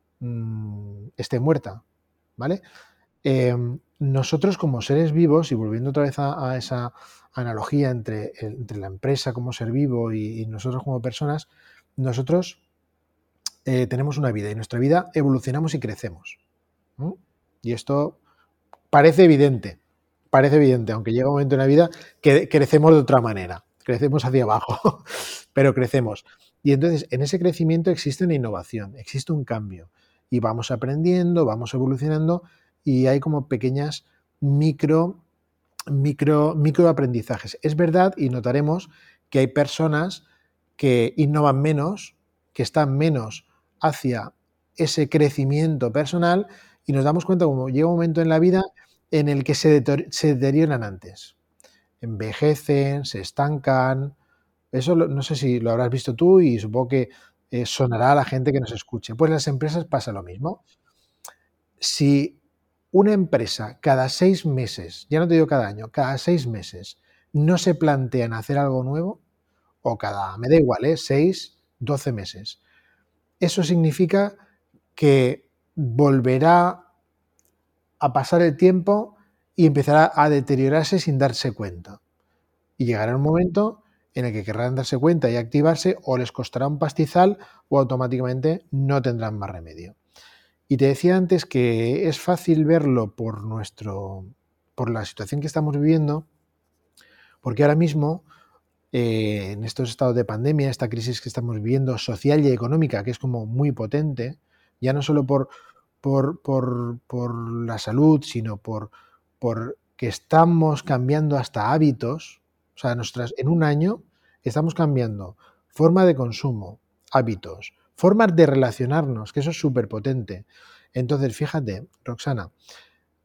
mmm, esté muerta, ¿vale? Eh, nosotros como seres vivos, y volviendo otra vez a, a esa analogía entre, entre, la empresa como ser vivo y, y nosotros como personas, nosotros eh, tenemos una vida y nuestra vida evolucionamos y crecemos. ¿Mm? Y esto parece evidente, parece evidente, aunque llega un momento en la vida que crecemos de otra manera, crecemos hacia abajo, pero crecemos. Y entonces en ese crecimiento existe una innovación, existe un cambio y vamos aprendiendo, vamos evolucionando y hay como pequeñas micro, micro, micro aprendizajes. Es verdad y notaremos que hay personas que innovan menos, que están menos hacia ese crecimiento personal y nos damos cuenta como llega un momento en la vida en el que se, se deterioran antes. Envejecen, se estancan. Eso no sé si lo habrás visto tú y supongo que eh, sonará a la gente que nos escuche. Pues las empresas pasa lo mismo. Si una empresa cada seis meses, ya no te digo cada año, cada seis meses, no se plantean hacer algo nuevo, o cada, me da igual, ¿eh? seis, doce meses, eso significa que volverá a pasar el tiempo y empezará a deteriorarse sin darse cuenta. Y llegará un momento en el que querrán darse cuenta y activarse o les costará un pastizal o automáticamente no tendrán más remedio. Y te decía antes que es fácil verlo por nuestro, por la situación que estamos viviendo, porque ahora mismo, eh, en estos estados de pandemia, esta crisis que estamos viviendo social y económica, que es como muy potente, ya no solo por, por, por, por la salud, sino por, por que estamos cambiando hasta hábitos, o sea, nuestras, en un año estamos cambiando forma de consumo, hábitos, formas de relacionarnos, que eso es súper potente. Entonces, fíjate, Roxana,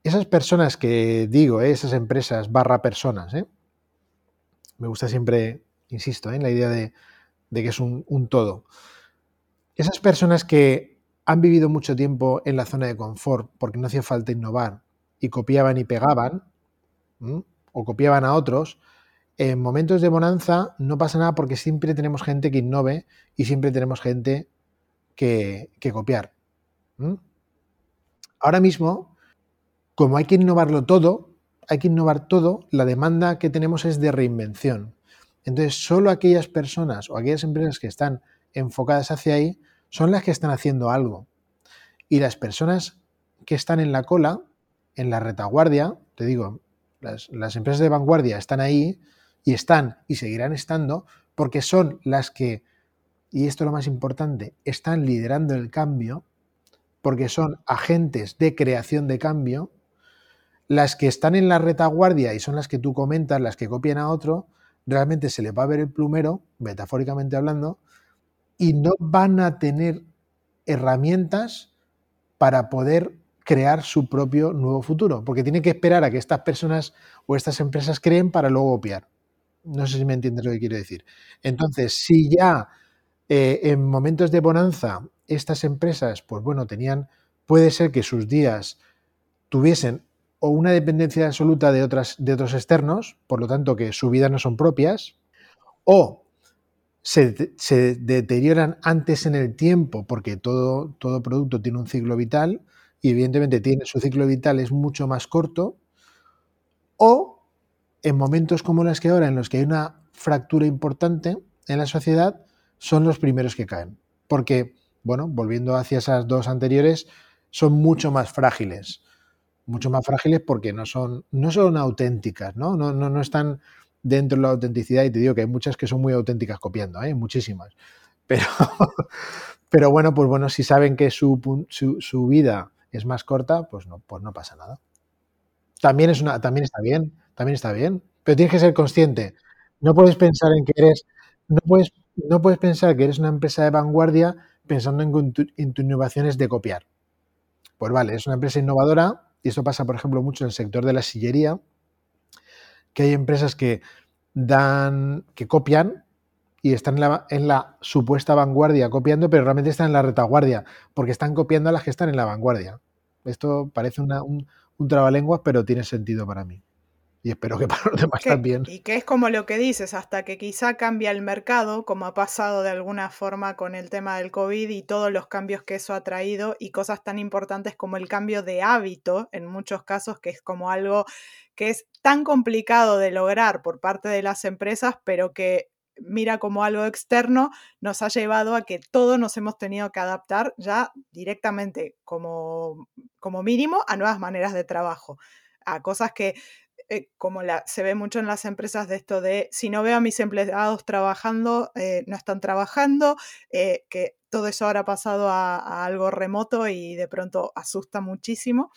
esas personas que digo, ¿eh? Esas empresas barra personas, ¿eh? Me gusta siempre, insisto, ¿eh? En la idea de, de que es un, un todo. Esas personas que han vivido mucho tiempo en la zona de confort porque no hacía falta innovar y copiaban y pegaban, ¿m? O copiaban a otros, en momentos de bonanza no pasa nada porque siempre tenemos gente que innove y siempre tenemos gente que, que copiar. ¿M? Ahora mismo, como hay que innovarlo todo, hay que innovar todo, la demanda que tenemos es de reinvención. Entonces, solo aquellas personas o aquellas empresas que están enfocadas hacia ahí son las que están haciendo algo. Y las personas que están en la cola, en la retaguardia, te digo, las, las empresas de vanguardia están ahí y están y seguirán estando porque son las que, y esto es lo más importante, están liderando el cambio porque son agentes de creación de cambio. Las que están en la retaguardia y son las que tú comentas, las que copian a otro, realmente se les va a ver el plumero, metafóricamente hablando, y no van a tener herramientas para poder crear su propio nuevo futuro, porque tienen que esperar a que estas personas o estas empresas creen para luego copiar. No sé si me entiendes lo que quiero decir. Entonces, si ya eh, en momentos de bonanza estas empresas, pues bueno, tenían, puede ser que sus días tuviesen o una dependencia absoluta de, otras, de otros externos, por lo tanto que su vida no son propias, o se, se deterioran antes en el tiempo porque todo, todo producto tiene un ciclo vital y evidentemente tiene, su ciclo vital es mucho más corto, o en momentos como los que ahora, en los que hay una fractura importante en la sociedad, son los primeros que caen. Porque, bueno, volviendo hacia esas dos anteriores, son mucho más frágiles. Mucho más frágiles porque no son, no son auténticas, ¿no? No, no, no están dentro de la autenticidad, y te digo que hay muchas que son muy auténticas copiando, ¿eh? Muchísimas. Pero, pero bueno, pues bueno, si saben que su, su, su vida es más corta, pues no, pues no pasa nada. También, es una, también está bien, también está bien, pero tienes que ser consciente. No puedes pensar en que eres, no puedes, no puedes pensar que eres una empresa de vanguardia pensando en, tu, en tu innovación es de copiar. Pues vale, es una empresa innovadora, y esto pasa, por ejemplo, mucho en el sector de la sillería, que hay empresas que dan, que copian y están en la, en la supuesta vanguardia copiando, pero realmente están en la retaguardia, porque están copiando a las que están en la vanguardia. Esto parece una, un, un trabalenguas, pero tiene sentido para mí. Y espero que para los demás que, también. Y que es como lo que dices, hasta que quizá cambia el mercado, como ha pasado de alguna forma con el tema del COVID y todos los cambios que eso ha traído, y cosas tan importantes como el cambio de hábito, en muchos casos, que es como algo que es tan complicado de lograr por parte de las empresas, pero que mira como algo externo, nos ha llevado a que todos nos hemos tenido que adaptar ya directamente como, como mínimo a nuevas maneras de trabajo, a cosas que eh, como la, se ve mucho en las empresas de esto de si no veo a mis empleados trabajando, eh, no están trabajando, eh, que todo eso ahora ha pasado a, a algo remoto y de pronto asusta muchísimo.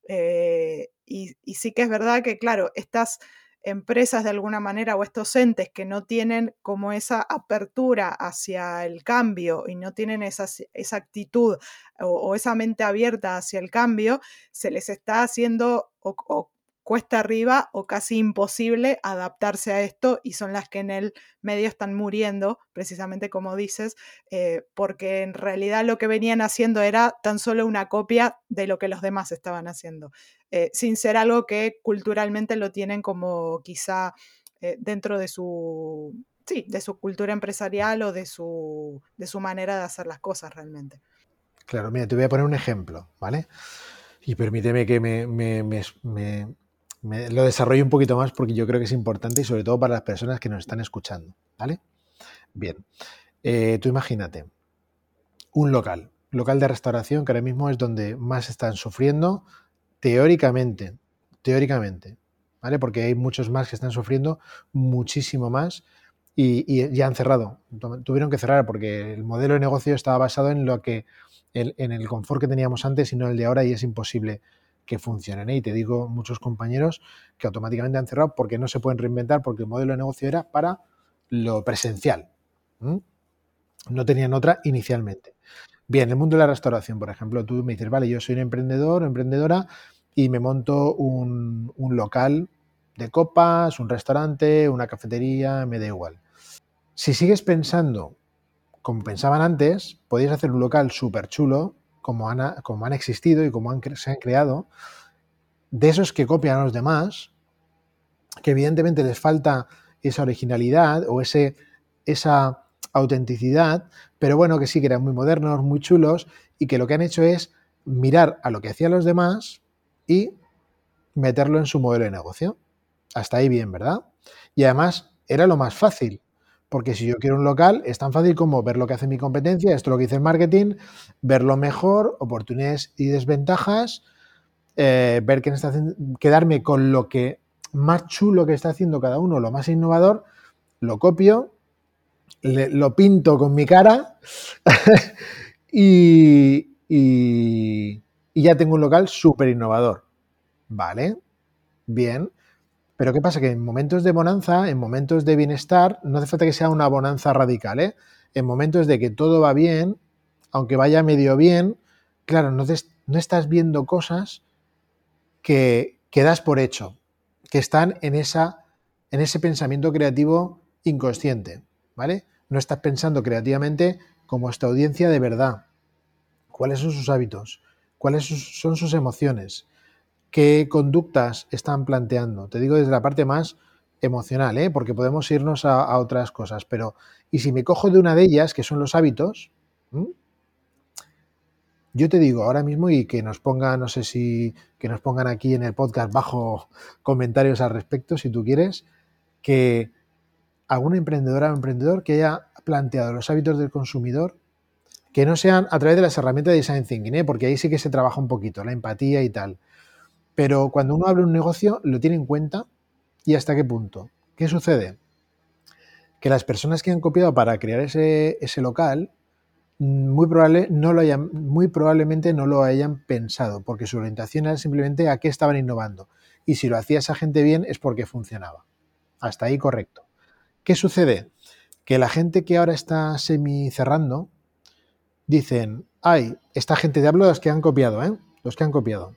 Eh, y, y sí que es verdad que, claro, estas empresas de alguna manera o estos entes que no tienen como esa apertura hacia el cambio y no tienen esa, esa actitud o, o esa mente abierta hacia el cambio, se les está haciendo o, o cuesta arriba o casi imposible adaptarse a esto, y son las que en el medio están muriendo, precisamente como dices, eh, porque en realidad lo que venían haciendo era tan solo una copia de lo que los demás estaban haciendo, eh, sin ser algo que culturalmente lo tienen como quizá eh, dentro de su, sí, de su cultura empresarial o de su, de su manera de hacer las cosas realmente. Claro, mira, te voy a poner un ejemplo, ¿vale? Y permíteme que me, me, me, me Me lo desarrollo un poquito más porque yo creo que es importante y sobre todo para las personas que nos están escuchando, ¿vale? Bien, eh, tú imagínate un local, local de restauración que ahora mismo es donde más están sufriendo teóricamente, teóricamente, ¿vale? Porque hay muchos más que están sufriendo muchísimo más y, y ya han cerrado, tuvieron que cerrar porque el modelo de negocio estaba basado en lo que, en, en el confort que teníamos antes y no el de ahora, y es imposible que funcionen, ¿eh? Y te digo, muchos compañeros que automáticamente han cerrado porque no se pueden reinventar, porque el modelo de negocio era para lo presencial. ¿Mm? No tenían otra inicialmente. Bien, el mundo de la restauración, por ejemplo, tú me dices, vale, yo soy un emprendedor o emprendedora, y me monto un, un local de copas, un restaurante, una cafetería, me da igual. Si sigues pensando como pensaban antes, podéis hacer un local súper chulo, como han, como han existido y como han, se han creado, de esos que copian a los demás, que evidentemente les falta esa originalidad o ese, esa autenticidad, pero bueno, que sí que eran muy modernos, muy chulos, y que lo que han hecho es mirar a lo que hacían los demás y meterlo en su modelo de negocio. Hasta ahí bien, ¿verdad? Y además era lo más fácil, porque si yo quiero un local, es tan fácil como ver lo que hace mi competencia, esto es lo que dice el marketing, ver lo mejor, oportunidades y desventajas, eh, ver qué está haciendo, quedarme con lo que más chulo que está haciendo cada uno, lo más innovador, lo copio, le, lo pinto con mi cara y, y, y ya tengo un local súper innovador. ¿Vale? Bien. Pero ¿qué pasa? Que en momentos de bonanza, en momentos de bienestar, no hace falta que sea una bonanza radical, ¿eh? En momentos de que todo va bien, aunque vaya medio bien, claro, no, te, no estás viendo cosas que, que das por hecho, que están en, esa, en ese pensamiento creativo inconsciente, ¿vale? No estás pensando creativamente como esta audiencia de verdad. ¿Cuáles son sus hábitos? ¿Cuáles son sus emociones? ¿Qué conductas están planteando? Te digo desde la parte más emocional, ¿eh? Porque podemos irnos a, a otras cosas, pero y si me cojo de una de ellas, que son los hábitos, ¿m? Yo te digo ahora mismo y que nos pongan, no sé si que nos pongan aquí en el podcast bajo comentarios al respecto, si tú quieres, que alguna emprendedora o emprendedor que haya planteado los hábitos del consumidor que no sean a través de las herramientas de Design Thinking, ¿eh? Porque ahí sí que se trabaja un poquito, la empatía y tal. Pero cuando uno abre un negocio, lo tiene en cuenta y hasta qué punto. ¿Qué sucede? Que las personas que han copiado para crear ese, ese local, muy, probable, no lo hayan, muy probablemente no lo hayan pensado, porque su orientación era simplemente a qué estaban innovando. Y si lo hacía esa gente bien es porque funcionaba. Hasta ahí correcto. ¿Qué sucede? Que la gente que ahora está semi cerrando, dicen, ay, esta gente, te hablo de los que han copiado, ¿eh? Los que han copiado.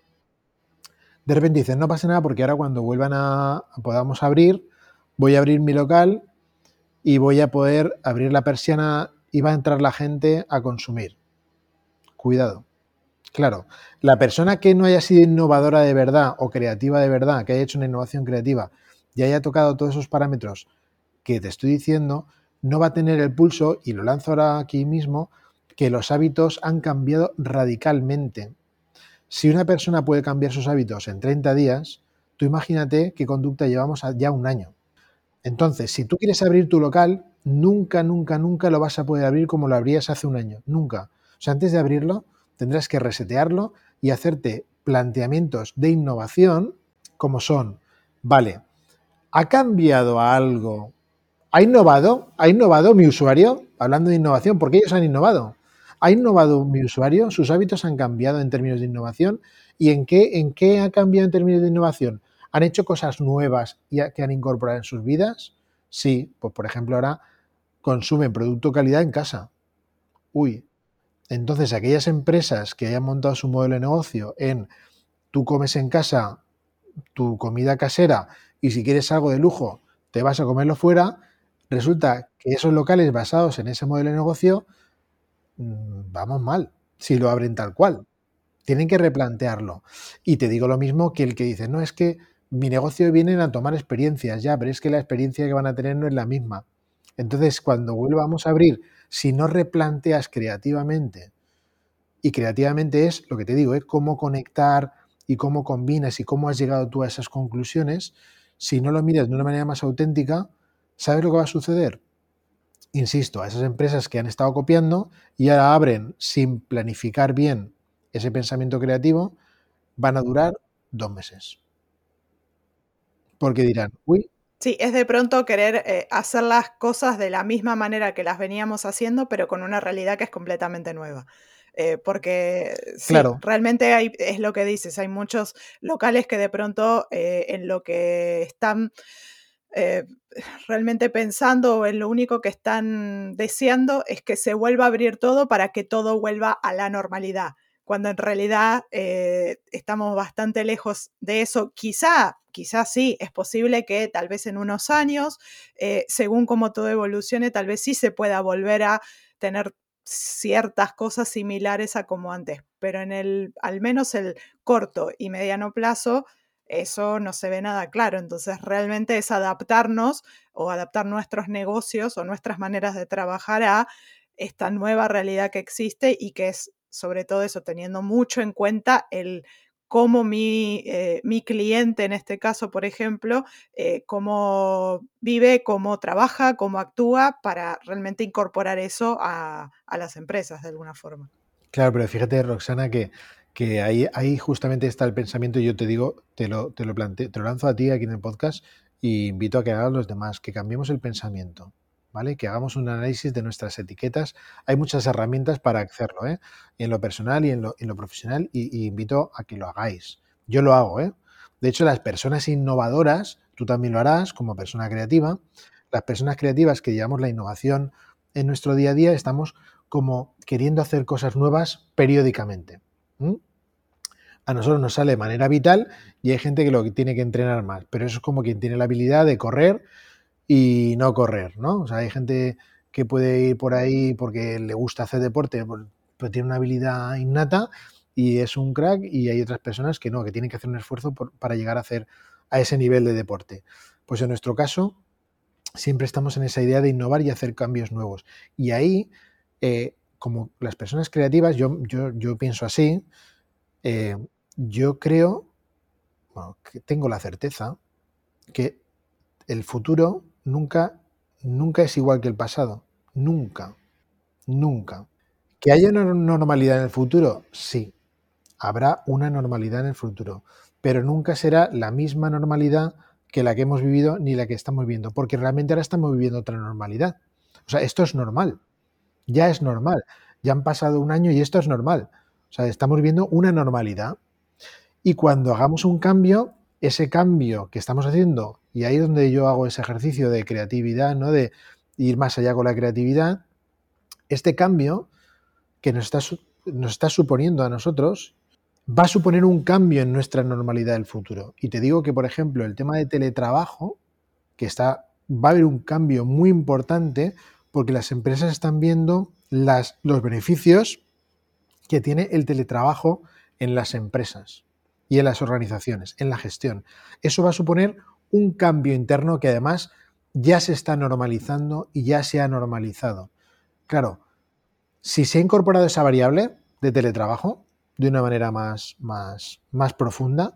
De repente dicen, no pasa nada porque ahora cuando vuelvan a, a podamos abrir, voy a abrir mi local y voy a poder abrir la persiana y va a entrar la gente a consumir. Cuidado. Claro, la persona que no haya sido innovadora de verdad o creativa de verdad, que haya hecho una innovación creativa y haya tocado todos esos parámetros que te estoy diciendo, no va a tener el pulso, y lo lanzo ahora aquí mismo, que los hábitos han cambiado radicalmente. Si una persona puede cambiar sus hábitos en treinta días, tú imagínate qué conducta llevamos ya un año. Entonces, si tú quieres abrir tu local, nunca, nunca, nunca lo vas a poder abrir como lo abrías hace un año. Nunca. O sea, antes de abrirlo, tendrás que resetearlo y hacerte planteamientos de innovación como son, vale, ¿ha cambiado algo? ¿Ha innovado? ¿Ha innovado mi usuario? Hablando de innovación, ¿por qué ellos han innovado? ¿Ha innovado mi usuario? ¿Sus hábitos han cambiado en términos de innovación? ¿Y en qué, en qué ha cambiado en términos de innovación? ¿Han hecho cosas nuevas que han incorporado en sus vidas? Sí, pues por ejemplo ahora consumen producto calidad en casa. Uy, entonces aquellas empresas que hayan montado su modelo de negocio en tú comes en casa tu comida casera y si quieres algo de lujo te vas a comerlo fuera, resulta que esos locales basados en ese modelo de negocio vamos mal si lo abren tal cual. Tienen que replantearlo. Y te digo lo mismo que el que dice, no, es que mi negocio vienen a tomar experiencias ya, pero es que la experiencia que van a tener no es la misma. Entonces, cuando vuelvamos a abrir, si no replanteas creativamente, y creativamente es, lo que te digo, es cómo conectar y cómo combinas y cómo has llegado tú a esas conclusiones, si no lo miras de una manera más auténtica, ¿sabes lo que va a suceder? Insisto, a esas empresas que han estado copiando y ahora abren sin planificar bien ese pensamiento creativo, van a durar dos meses. Porque dirán, uy. Sí, es de pronto querer eh, hacer las cosas de la misma manera que las veníamos haciendo, pero con una realidad que es completamente nueva. Eh, porque sí, Claro. realmente hay, es lo que dices, hay muchos locales que de pronto eh, en lo que están eh, realmente pensando o en lo único que están deseando es que se vuelva a abrir todo para que todo vuelva a la normalidad. cuando en realidad eh, estamos bastante lejos de eso. Quizá, quizá sí, es posible que tal vez en unos años, eh, según cómo todo evolucione, tal vez sí se pueda volver a tener ciertas cosas similares a como antes, pero en el, al menos el corto y mediano plazo, eso no se ve nada claro. Entonces realmente es adaptarnos o adaptar nuestros negocios o nuestras maneras de trabajar a esta nueva realidad que existe y que es sobre todo eso, teniendo mucho en cuenta el cómo mi, eh, mi cliente, en este caso, por ejemplo, eh, cómo vive, cómo trabaja, cómo actúa para realmente incorporar eso a, a las empresas de alguna forma. Claro, pero fíjate, Roxana, que, que ahí, ahí justamente está el pensamiento y yo te digo, te lo, te lo planteo, te lo lanzo a ti aquí en el podcast y invito a que hagan los demás, que cambiemos el pensamiento, ¿vale? Que hagamos un análisis de nuestras etiquetas. Hay muchas herramientas para hacerlo, ¿eh? En lo personal y en lo, en lo profesional y, y invito a que lo hagáis. Yo lo hago, ¿eh? De hecho, las personas innovadoras, tú también lo harás como persona creativa, las personas creativas que llevamos la innovación en nuestro día a día, estamos como queriendo hacer cosas nuevas periódicamente. ¿Mm? A nosotros nos sale de manera vital y hay gente que lo que tiene que entrenar más, pero eso es como quien tiene la habilidad de correr y no correr, ¿no? O sea, hay gente que puede ir por ahí porque le gusta hacer deporte, pero tiene una habilidad innata y es un crack, y hay otras personas que no, que tienen que hacer un esfuerzo por, para llegar a hacer a ese nivel de deporte. Pues en nuestro caso, siempre estamos en esa idea de innovar y hacer cambios nuevos. Y ahí, eh, como las personas creativas, yo, yo, yo pienso así, eh, yo creo, bueno, que tengo la certeza que el futuro nunca, nunca es igual que el pasado. Nunca, nunca. ¿Que haya una normalidad en el futuro? Sí, habrá una normalidad en el futuro, pero nunca será la misma normalidad que la que hemos vivido ni la que estamos viviendo, porque realmente ahora estamos viviendo otra normalidad. O sea, esto es normal, ya es normal, ya han pasado un año y esto es normal. O sea, estamos viendo una normalidad. Y cuando hagamos un cambio, ese cambio que estamos haciendo, y ahí es donde yo hago ese ejercicio de creatividad, ¿no? De ir más allá con la creatividad, este cambio que nos está, nos está suponiendo a nosotros va a suponer un cambio en nuestra normalidad del futuro. Y te digo que, por ejemplo, el tema de teletrabajo, que está, va a haber un cambio muy importante porque las empresas están viendo las, los beneficios que tiene el teletrabajo en las empresas y en las organizaciones, en la gestión. Eso va a suponer un cambio interno que además ya se está normalizando y ya se ha normalizado. Claro, si se ha incorporado esa variable de teletrabajo de una manera más, más, más profunda,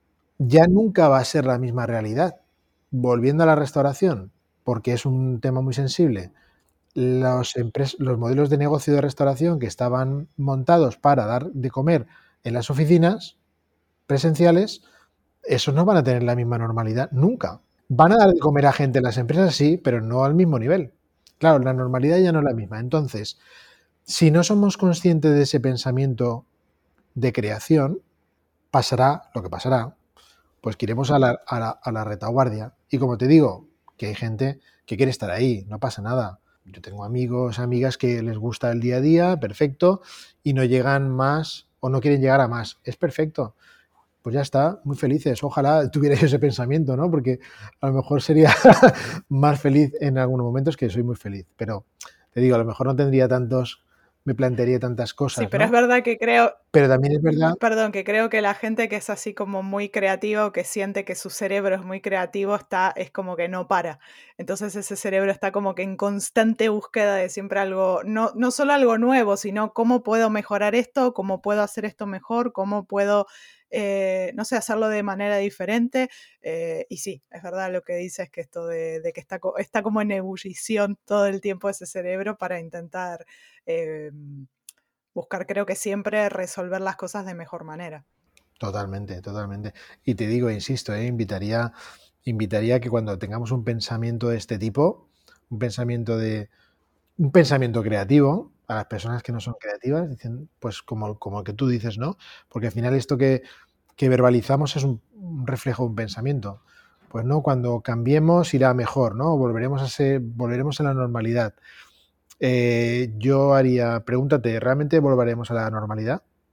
ya nunca va a ser la misma realidad. Volviendo a la restauración, porque es un tema muy sensible, los, los modelos de negocio de restauración que estaban montados para dar de comer en las oficinas presenciales, esos no van a tener la misma normalidad nunca. Van a dar de comer a gente en las empresas, sí, pero no al mismo nivel. Claro, la normalidad ya no es la misma. Entonces, si no somos conscientes de ese pensamiento de creación, pasará lo que pasará, pues que iremos a la, a, la, a la retaguardia. Y como te digo, que hay gente que quiere estar ahí, no pasa nada. Yo tengo amigos, amigas que les gusta el día a día, perfecto, y no llegan más o no quieren llegar a más. Es perfecto. Pues ya está, muy felices. Ojalá tuviera ese pensamiento, ¿no? Porque a lo mejor sería más feliz en algunos momentos, que soy muy feliz. Pero te digo, a lo mejor no tendría tantos, me plantearía tantas cosas, sí, pero ¿no? es verdad que creo... Pero también es verdad... Perdón, que creo que la gente que es así como muy creativa o que siente que su cerebro es muy creativo, está, es como que no para. Entonces ese cerebro está como que en constante búsqueda de siempre algo, no, no solo algo nuevo, sino cómo puedo mejorar esto, cómo puedo hacer esto mejor, cómo puedo, eh, no sé, hacerlo de manera diferente. Eh, y sí, es verdad lo que dices, que esto de, de que está, está como en ebullición todo el tiempo ese cerebro para intentar... Eh, buscar, creo que siempre resolver las cosas de mejor manera. Totalmente, totalmente. Y te digo, insisto, eh, invitaría, invitaría a que cuando tengamos un pensamiento de este tipo, un pensamiento de un pensamiento creativo, a las personas que no son creativas, dicen, pues como, como el que tú dices, ¿no? Porque al final esto que, que verbalizamos es un, un reflejo de un pensamiento. Pues no, cuando cambiemos irá mejor, ¿no? Volveremos a ser, volveremos a la normalidad. Eh, yo haría, pregúntate, ¿realmente volveremos a la normalidad?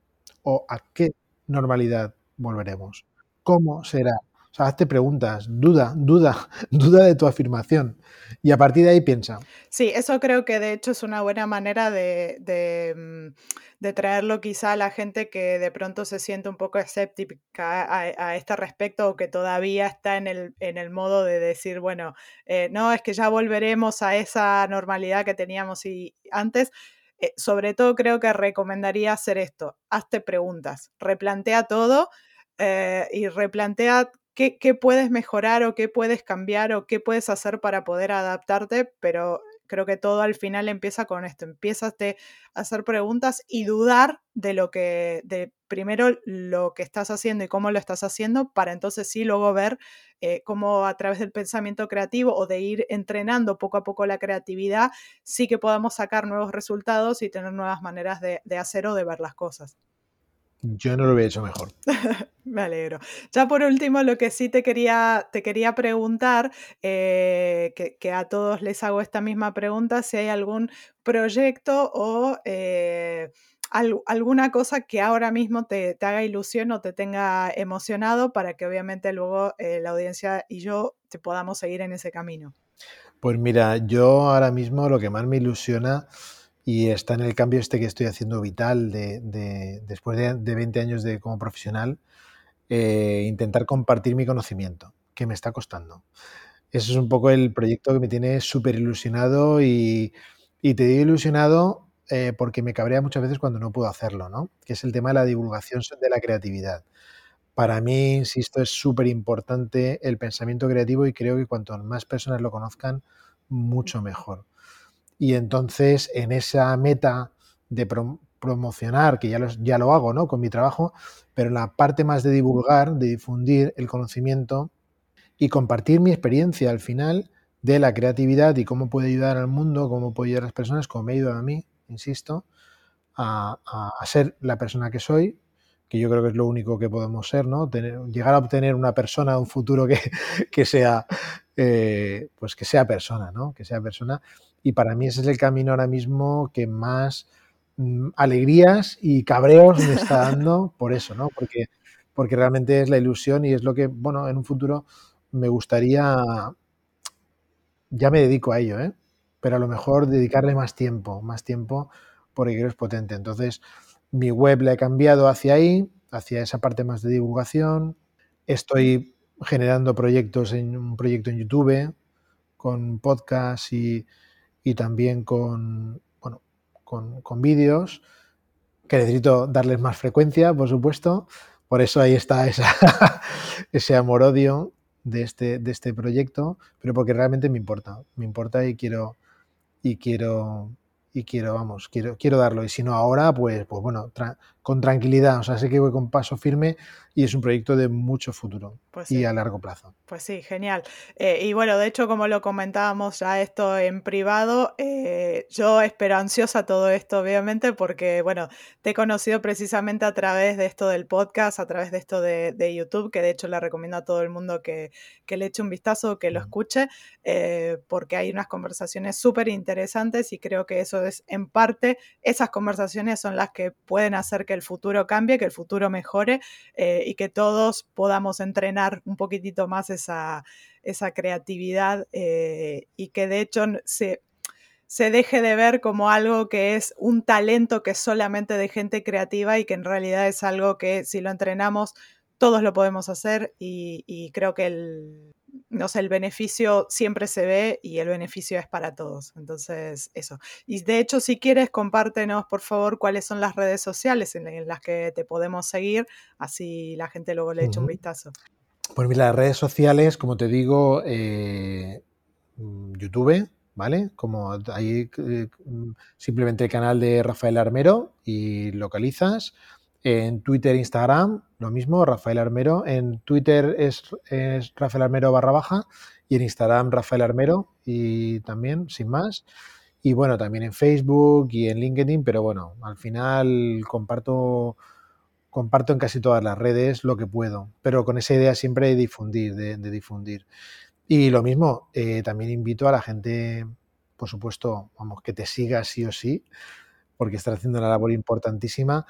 o a qué normalidad volveremos? ¿Cómo será? O sea, hazte preguntas, duda, duda, duda de tu afirmación y a partir de ahí piensa. Sí, eso creo que de hecho es una buena manera de, de, mm, de traerlo quizá a la gente que de pronto se siente un poco escéptica a, a este respecto o que todavía está en el, en el modo de decir, bueno, eh, no, es que ya volveremos a esa normalidad que teníamos y antes. Eh, sobre todo creo que recomendaría hacer esto, hazte preguntas, replantea todo eh, y replantea qué, qué puedes mejorar o qué puedes cambiar o qué puedes hacer para poder adaptarte, pero creo que todo al final empieza con esto, empiezas a hacer preguntas y dudar de lo que, de primero lo que estás haciendo y cómo lo estás haciendo, para entonces sí luego ver eh, cómo a través del pensamiento creativo o de ir entrenando poco a poco la creatividad, sí que podamos sacar nuevos resultados y tener nuevas maneras de, de hacer o de ver las cosas. Yo no lo hubiera hecho mejor. Me alegro. Ya por último, lo que sí te quería, te quería preguntar, eh, que, que a todos les hago esta misma pregunta, si hay algún proyecto o eh, al, alguna cosa que ahora mismo te, te, haga ilusión o te tenga emocionado para que obviamente luego eh, la audiencia y yo te podamos seguir en ese camino. Pues mira, yo ahora mismo lo que más me ilusiona y está en el cambio este que estoy haciendo vital de, de, después de, de veinte años de, como profesional, eh, intentar compartir mi conocimiento, que me está costando. Ese es un poco el proyecto que me tiene súper ilusionado y, y te digo ilusionado eh, porque me cabrea muchas veces cuando no puedo hacerlo, ¿no? Que es el tema de la divulgación de la creatividad. Para mí, insisto, es súper importante el pensamiento creativo y creo que cuanto más personas lo conozcan, mucho mejor. Y entonces, en esa meta de prom promocionar, que ya lo, ya lo hago, ¿no?, con mi trabajo, pero en la parte más de divulgar, de difundir el conocimiento y compartir mi experiencia al final de la creatividad y cómo puede ayudar al mundo, cómo puede ayudar a las personas, como me ha ayudado a mí, insisto, a, a, a ser la persona que soy, que yo creo que es lo único que podemos ser, ¿no? Tener, llegar a obtener una persona, un futuro que, que sea, eh, pues que sea persona, ¿no? Que sea persona. Y para mí ese es el camino ahora mismo que más mmm, alegrías y cabreos me está dando por eso, ¿no? Porque, porque realmente es la ilusión y es lo que, bueno, en un futuro me gustaría, ya me dedico a ello, ¿eh? Pero a lo mejor dedicarle más tiempo, más tiempo, porque creo que es potente. Entonces, mi web la he cambiado hacia ahí, hacia esa parte más de divulgación. Estoy generando proyectos en un proyecto en YouTube con podcast y, y también con, bueno, con, con vídeos que necesito darles más frecuencia, por supuesto. Por eso ahí está esa, ese amor-odio de este, de este proyecto, pero porque realmente me importa, me importa y quiero, y quiero, y quiero, vamos, quiero, quiero darlo. Y si no ahora, pues, pues bueno, tra con tranquilidad. O sea, sé que voy con paso firme y es un proyecto de mucho futuro Pues y sí. a largo plazo. Pues sí, genial. Eh, y bueno, de hecho, como lo comentábamos ya esto en privado, eh, yo espero ansiosa todo esto, obviamente, porque, bueno, te he conocido precisamente a través de esto del podcast, a través de esto de, de YouTube, que de hecho le recomiendo a todo el mundo que, que le eche un vistazo, que lo escuche, eh, porque hay unas conversaciones súper interesantes y creo que eso es, en parte, esas conversaciones son las que pueden hacer que el futuro cambie, que el futuro mejore eh, y que todos podamos entrenar un poquitito más esa, esa creatividad eh, y que de hecho se, se deje de ver como algo que es un talento que es solamente de gente creativa y que en realidad es algo que si lo entrenamos todos lo podemos hacer y, y creo que el, no sé, el beneficio siempre se ve y el beneficio es para todos. Entonces, eso. Y de hecho, si quieres, compártenos, por favor, cuáles son las redes sociales en, en las que te podemos seguir, así la gente luego le echa un vistazo. Pues mira, las redes sociales, como te digo, eh, YouTube, ¿vale? Como ahí eh, simplemente el canal de Rafael Armero y localizas. En Twitter, Instagram, lo mismo, Rafael Armero. En Twitter es, es Rafael Armero barra baja y en Instagram Rafael Armero y también, sin más. Y bueno, también en Facebook y en LinkedIn, pero bueno, al final comparto, comparto en casi todas las redes lo que puedo, pero con esa idea siempre de difundir, de, de difundir. Y lo mismo, eh, también invito a la gente, por supuesto, vamos, que te siga sí o sí, porque estás haciendo una labor importantísima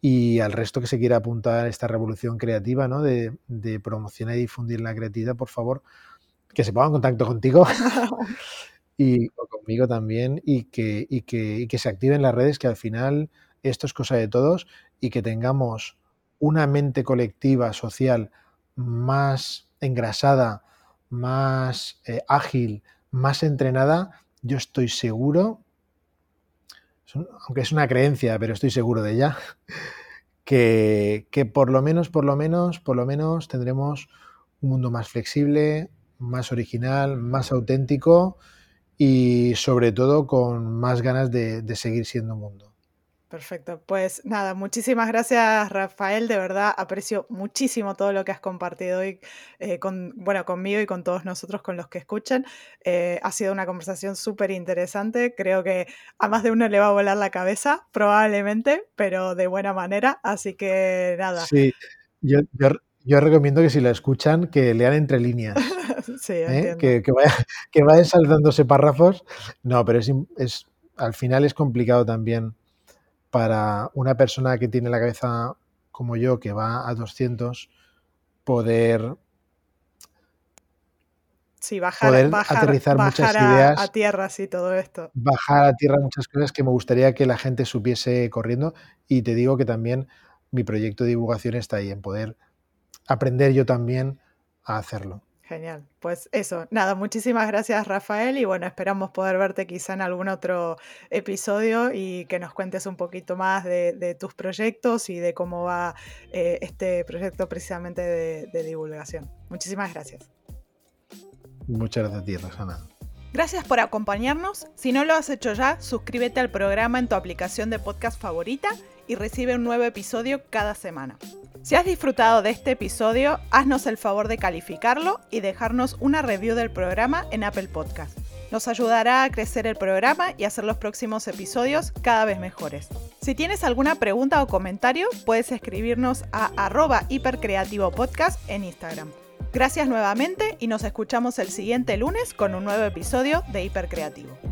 y al resto que se quiera apuntar a esta revolución creativa, ¿no? de, de promocionar y difundir la creatividad, por favor, que se ponga en contacto contigo y o conmigo también y que, y, que, y que se activen las redes, que al final esto es cosa de todos, y que tengamos una mente colectiva, social, más engrasada, más eh, ágil, más entrenada. Yo estoy seguro, aunque es una creencia, pero estoy seguro de ella, que, que por lo menos, por lo menos, por lo menos tendremos un mundo más flexible, más original, más auténtico y sobre todo con más ganas de, de seguir siendo mundo. Perfecto, pues nada, muchísimas gracias Rafael, de verdad aprecio muchísimo todo lo que has compartido hoy eh, con, bueno, conmigo y con todos nosotros, con los que escuchan. Eh, ha sido una conversación súper interesante, creo que a más de uno le va a volar la cabeza, probablemente, pero de buena manera, así que nada. Sí, yo, yo, yo recomiendo que si lo escuchan, que lean entre líneas. Sí, ¿eh? entiendo. Que, que, vaya, que vayan saltándose párrafos. No, pero es, es al final es complicado también para una persona que tiene la cabeza como yo, que va a doscientos, poder, sí, bajar, poder bajar, aterrizar bajar muchas a, ideas. A tierra, sí, todo esto. Bajar a tierra muchas cosas que me gustaría que la gente supiese corriendo. Y te digo que también mi proyecto de divulgación está ahí, en poder aprender yo también a hacerlo. Genial, pues eso, nada, muchísimas gracias Rafael y bueno, esperamos poder verte quizá en algún otro episodio y que nos cuentes un poquito más de, de tus proyectos y de cómo va eh, este proyecto precisamente de, de divulgación. Muchísimas gracias. Muchas gracias a ti, Rosana. Gracias por acompañarnos. Si no lo has hecho ya, suscríbete al programa en tu aplicación de podcast favorita y recibe un nuevo episodio cada semana. Si has disfrutado de este episodio, haznos el favor de calificarlo y dejarnos una review del programa en Apple Podcast. Nos ayudará a crecer el programa y hacer los próximos episodios cada vez mejores. Si tienes alguna pregunta o comentario, puedes escribirnos a arroba hipercreativopodcast en Instagram. Gracias nuevamente y nos escuchamos el siguiente lunes con un nuevo episodio de Hipercreativo.